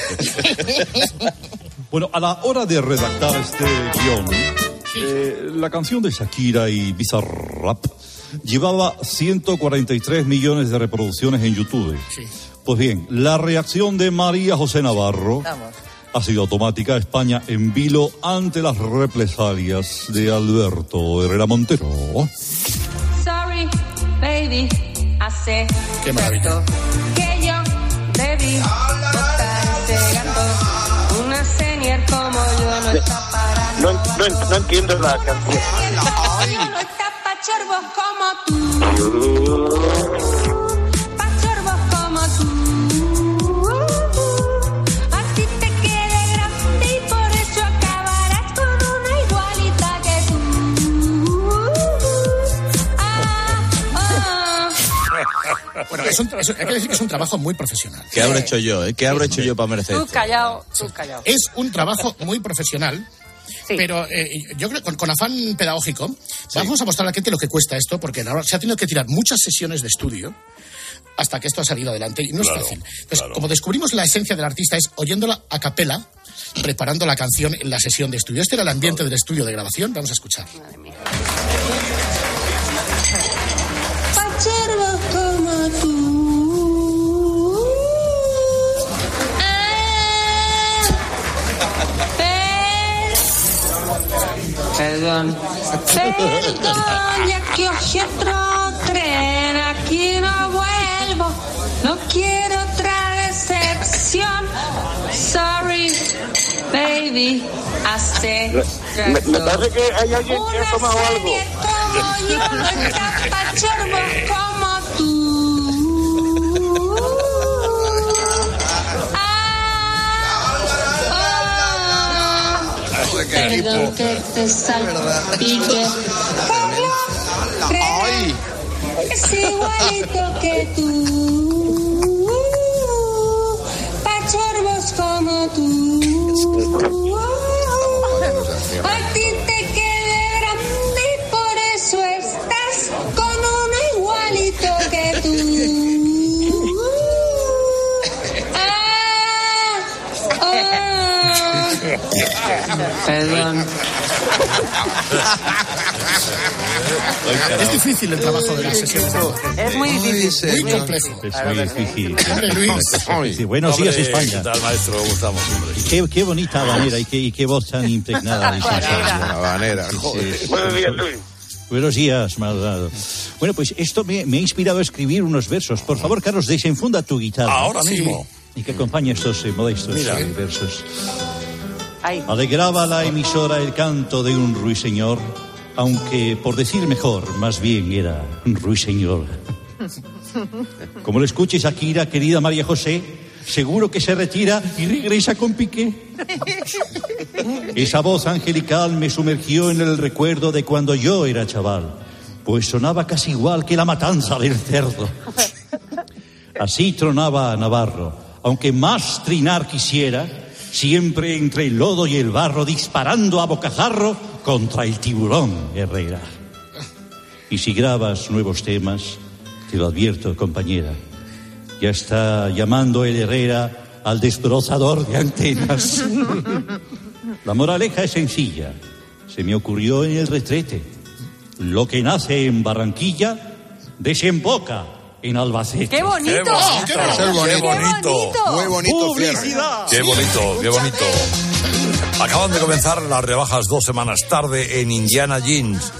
Speaker 15: Bueno, a la hora de redactar este guión, la canción de Shakira y Bizarrap llevaba 143 millones de reproducciones en YouTube.
Speaker 11: Sí.
Speaker 15: Pues bien, la reacción de María José Navarro ha sido automática. España en vilo ante las represalias de Alberto Herrera Montero.
Speaker 22: Sorry, baby, hace
Speaker 11: qué maravilla.
Speaker 22: Que yo debí botar ese gato. Una senior como yo no está para
Speaker 2: no entiendo la canción.
Speaker 1: Pachorvos como tú. Pachorvos como tú. A ti te quede grande y por eso acabarás con una igualita que tú.
Speaker 11: Bueno, hay que decir que es un trabajo muy profesional.
Speaker 6: ¿Qué habré hecho yo? ¿Qué habré hecho yo para merecer
Speaker 4: Tú
Speaker 6: esto?
Speaker 4: callado.
Speaker 11: Es un trabajo muy profesional.
Speaker 4: Sí.
Speaker 11: Pero yo creo que con afán pedagógico vamos a mostrar a la gente lo que cuesta esto, porque se ha tenido que tirar muchas sesiones de estudio hasta que esto ha salido adelante y no es fácil. Entonces, como descubrimos la esencia del artista es oyéndola a capela, preparando la canción en la sesión de estudio. Este era el ambiente del estudio de grabación. Vamos a escuchar.
Speaker 1: Pachorvos como tú.
Speaker 24: Perdón,
Speaker 1: ya que hoy otro tren, aquí no vuelvo, no quiero otra decepción. Sorry, baby, hace
Speaker 2: Me parece que hay alguien que ha tomado algo.
Speaker 1: como yo, no está pachorvo como tú. Perdón que te salpique. Carlos, es igualito que tú. Pachorvos como tú. A ti te quede grande y por eso estás con uno igualito que tú.
Speaker 24: perdón.
Speaker 11: Es difícil el trabajo de las sesiones.
Speaker 24: Es muy difícil.
Speaker 11: Muy complejo.
Speaker 19: Es muy difícil.
Speaker 11: Hombre, Luis.
Speaker 19: Sí, buenos días, España.
Speaker 16: ¿Qué tal, maestro? ¿Cómo estamos, hombre?
Speaker 19: Qué bonita habanera y qué voz tan impregnada de sensación.
Speaker 6: Habanera,
Speaker 19: joder.
Speaker 2: Buenos días, Luis.
Speaker 19: Buenos días, Maldonado. Bueno, pues esto me ha inspirado a escribir unos versos. Por favor, Carlos, desenfunda tu guitarra.
Speaker 16: Ahora mismo.
Speaker 19: Y que acompañe estos modestos
Speaker 16: Mira.
Speaker 19: versos. Alegraba la emisora el canto de un ruiseñor, aunque, por decir mejor, más bien era un ruiseñor. Como lo escuches, Akira, querida María José, seguro que se retira y regresa con Piqué. Esa voz angelical me sumergió en el recuerdo de cuando yo era chaval, pues sonaba casi igual que la matanza del cerdo. Así tronaba Navarro, aunque más trinar quisiera, siempre entre el lodo y el barro, disparando a bocajarro contra el tiburón Herrera. Y si grabas nuevos temas, te lo advierto, compañera, ya está llamando el Herrera al destrozador de antenas. La moraleja es sencilla, se me ocurrió en el retrete. Lo que nace en Barranquilla desemboca en Albacete.
Speaker 24: ¡Qué bonito!
Speaker 16: Qué bonito.
Speaker 6: Muy bonito.
Speaker 19: ¡Publicidad!
Speaker 16: Qué bonito, qué bonito. Acaban de comenzar las rebajas 2 semanas tarde en Indiana Jeans.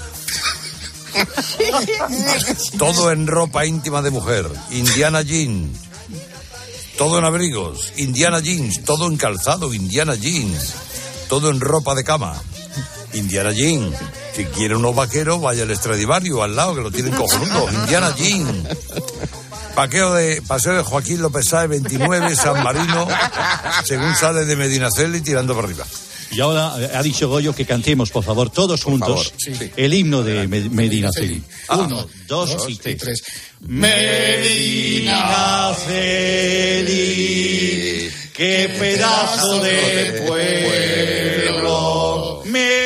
Speaker 16: Todo en ropa íntima de mujer. Indiana Jeans. Todo en abrigos. Indiana Jeans. Todo en calzado. Indiana Jeans. Todo en ropa de cama. Indiana Jeans. Si quiere unos vaqueros, vaya al Stradivarius al lado, que lo tienen cojonudo. Indiana Jeans. Paseo de Joaquín López Sáez, 29, San Marino, según sale de Medinaceli, tirando para arriba.
Speaker 19: Y ahora ha dicho Goyo que cantemos, por favor, todos juntos, el himno de Medinaceli. 1, 2 y 3. Medinaceli, qué pedazo de pueblo.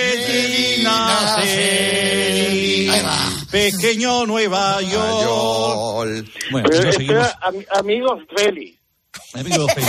Speaker 19: Medinaceli, pequeño Nueva York. Bueno,
Speaker 2: Pero
Speaker 19: no
Speaker 2: este
Speaker 19: seguimos.
Speaker 2: era amigo Félix.
Speaker 19: Amigo Félix.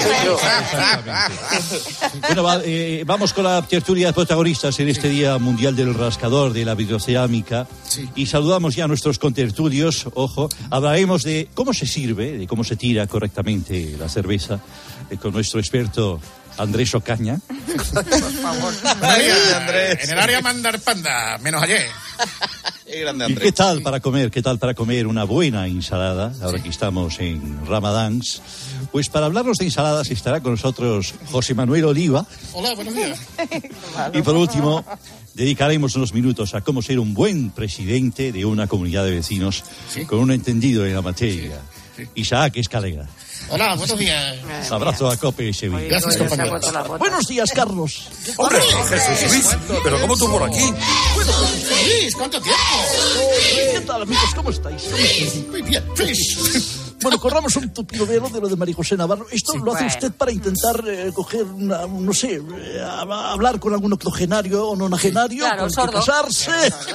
Speaker 19: Bueno, vamos con la tertulia de protagonistas en este Día Mundial del Rascador de la Biblioceámica. Y saludamos ya a nuestros contertulios. Ojo, hablaremos de cómo se sirve, de cómo se tira correctamente la cerveza, con nuestro experto Andrés Ocaña.
Speaker 11: Por favor. En el área mandar panda, menos ayer.
Speaker 6: Qué grande,
Speaker 15: ¿Y
Speaker 6: Andrés.
Speaker 15: qué tal para comer? ¿Qué tal para comer una buena ensalada? Ahora que estamos en Ramadans. Pues para hablarnos de ensaladas estará con nosotros José Manuel Oliva.
Speaker 11: Hola, buenos días.
Speaker 15: Y por último, dedicaremos unos minutos a cómo ser un buen presidente de una comunidad de vecinos con un entendido en la materia. Isaac Escalera.
Speaker 11: Hola, buenos días.
Speaker 15: Abrazo a Cope y Sevilla.
Speaker 11: Gracias, compañero.
Speaker 15: Buenos días, Carlos.
Speaker 16: ¡Hombre, Jesús Luis! ¿Pero cómo tú por aquí?
Speaker 11: Bueno, Luis, ¿cuánto tiempo?
Speaker 15: ¿Qué tal, amigos? ¿Cómo estáis?
Speaker 11: Muy bien, Luis.
Speaker 15: Bueno, corramos un tupido velo de lo de María José Navarro. Esto lo hace usted para intentar coger, no sé, hablar con algún octogenario o nonagenario,
Speaker 24: Claro,
Speaker 15: con
Speaker 24: sordo.
Speaker 15: que casarse.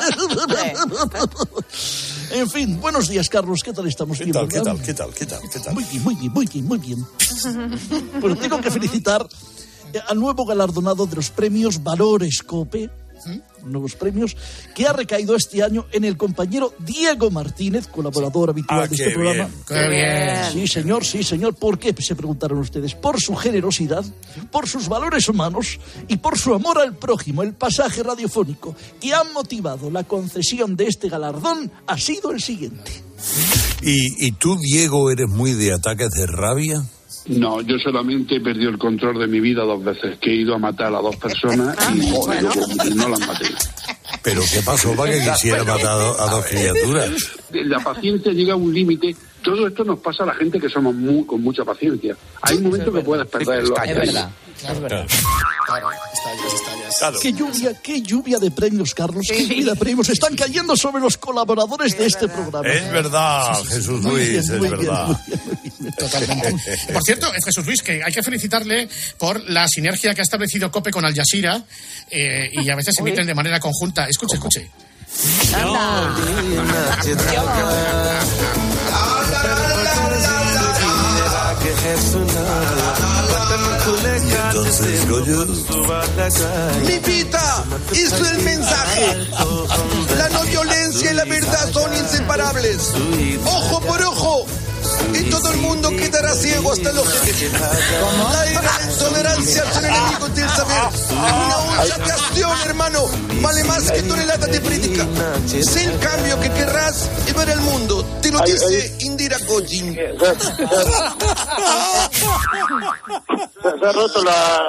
Speaker 15: En fin, buenos días, Carlos. ¿Qué tal estamos?
Speaker 16: ¿Qué
Speaker 15: Bien,
Speaker 16: tal,
Speaker 15: ¿verdad?
Speaker 16: qué tal, qué tal, qué tal, qué tal?
Speaker 15: Muy bien. Bueno, tengo que felicitar al nuevo galardonado de los premios Valores COPE, nuevos premios, que ha recaído este año en el compañero Diego Martínez, colaborador habitual de este programa.
Speaker 11: Qué bien.
Speaker 15: Sí, señor. ¿Por qué? Se preguntaron ustedes. Por su generosidad, por sus valores humanos y por su amor al prójimo. El pasaje radiofónico que ha motivado la concesión de este galardón ha sido el siguiente.
Speaker 16: ¿Y tú, Diego, eres muy de ataques de rabia?
Speaker 3: No, yo solamente he perdido el control de mi vida 2 veces, que he ido a matar a 2 personas y no las maté.
Speaker 16: ¿Pero qué pasó para que quisiera matar a 2 criaturas?
Speaker 3: La paciencia llega a un límite. Todo esto nos pasa a la gente que somos con mucha paciencia. Hay un momento que puedes perderlo.
Speaker 7: Es verdad.
Speaker 11: Claro, estallas.
Speaker 16: Claro.
Speaker 15: Qué lluvia de premios, Carlos. Qué lluvia de premios están cayendo sobre los colaboradores de este programa.
Speaker 16: Es verdad, Jesús Luis, es verdad.
Speaker 11: Totalmente. Por cierto, Jesús Luis, que hay que felicitarle por la sinergia que ha establecido COPE con Al Jazeera y a veces se emiten de manera conjunta. Escuche.
Speaker 16: Entonces, Goyo...
Speaker 13: Mi pita, esto es el mensaje. La no violencia y la verdad son inseparables. Ojo por ojo. Y todo el mundo quedará ciego hasta el ojete. La ira, la intolerancia son enemigos del saber. Una onza de acción, hermano, vale más que toneladas de crítica. Sé el cambio que querrás y ver el mundo. Te lo dice Indira Gojin.
Speaker 2: Se ha roto la...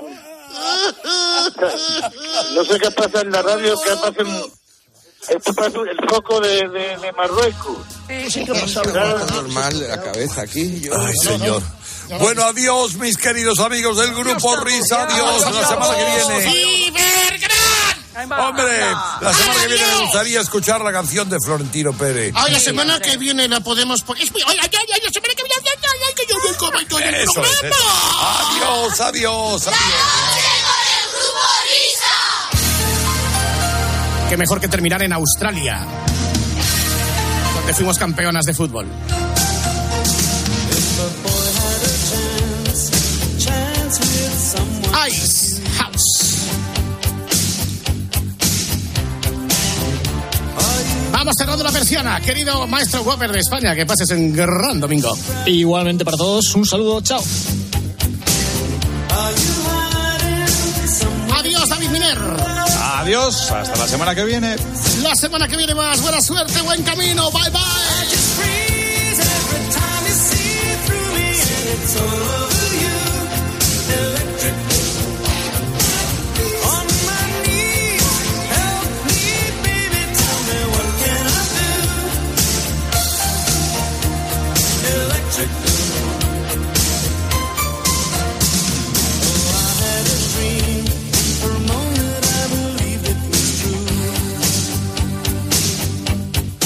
Speaker 2: No sé qué pasa en la radio, qué pasa en... Esto pasa el foco de Marruecos.
Speaker 7: Sí,
Speaker 2: Claro.
Speaker 17: Normal de la cabeza aquí.
Speaker 16: Ay, señor. Bueno, adiós, mis queridos amigos del grupo Risa. Adiós, la semana que viene. Hombre, la semana que viene me gustaría escuchar la canción de Florentino Pérez.
Speaker 11: Ay, la semana que viene la podemos... Ay, la semana que viene... Ay, que yo no como estoy en el
Speaker 16: Eso
Speaker 11: programa.
Speaker 16: es. Adiós.
Speaker 11: Qué mejor que terminar en Australia, donde fuimos campeonas de fútbol. Ice House. Vamos cerrando la persiana, querido maestro Whopper de España. Que pases un gran domingo.
Speaker 12: Igualmente para todos, un saludo, chao.
Speaker 11: Adiós, David Miner.
Speaker 19: Adiós, hasta la semana que viene.
Speaker 11: La semana que viene más. Buena suerte, buen camino. Bye,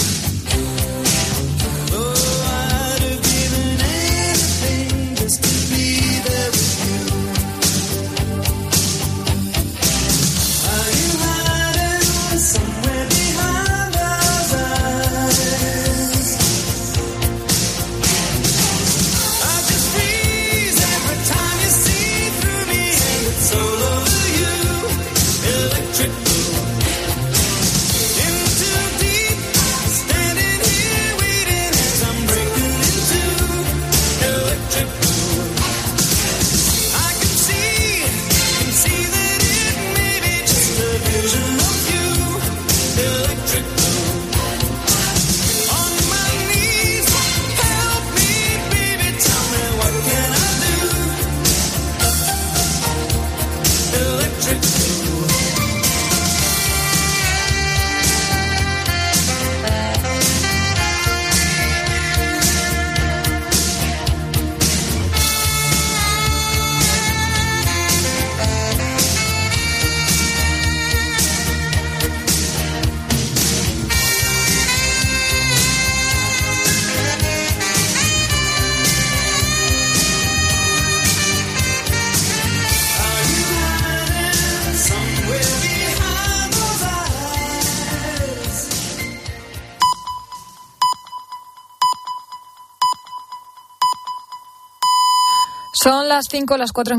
Speaker 11: bye.
Speaker 14: Son las 5, las 4.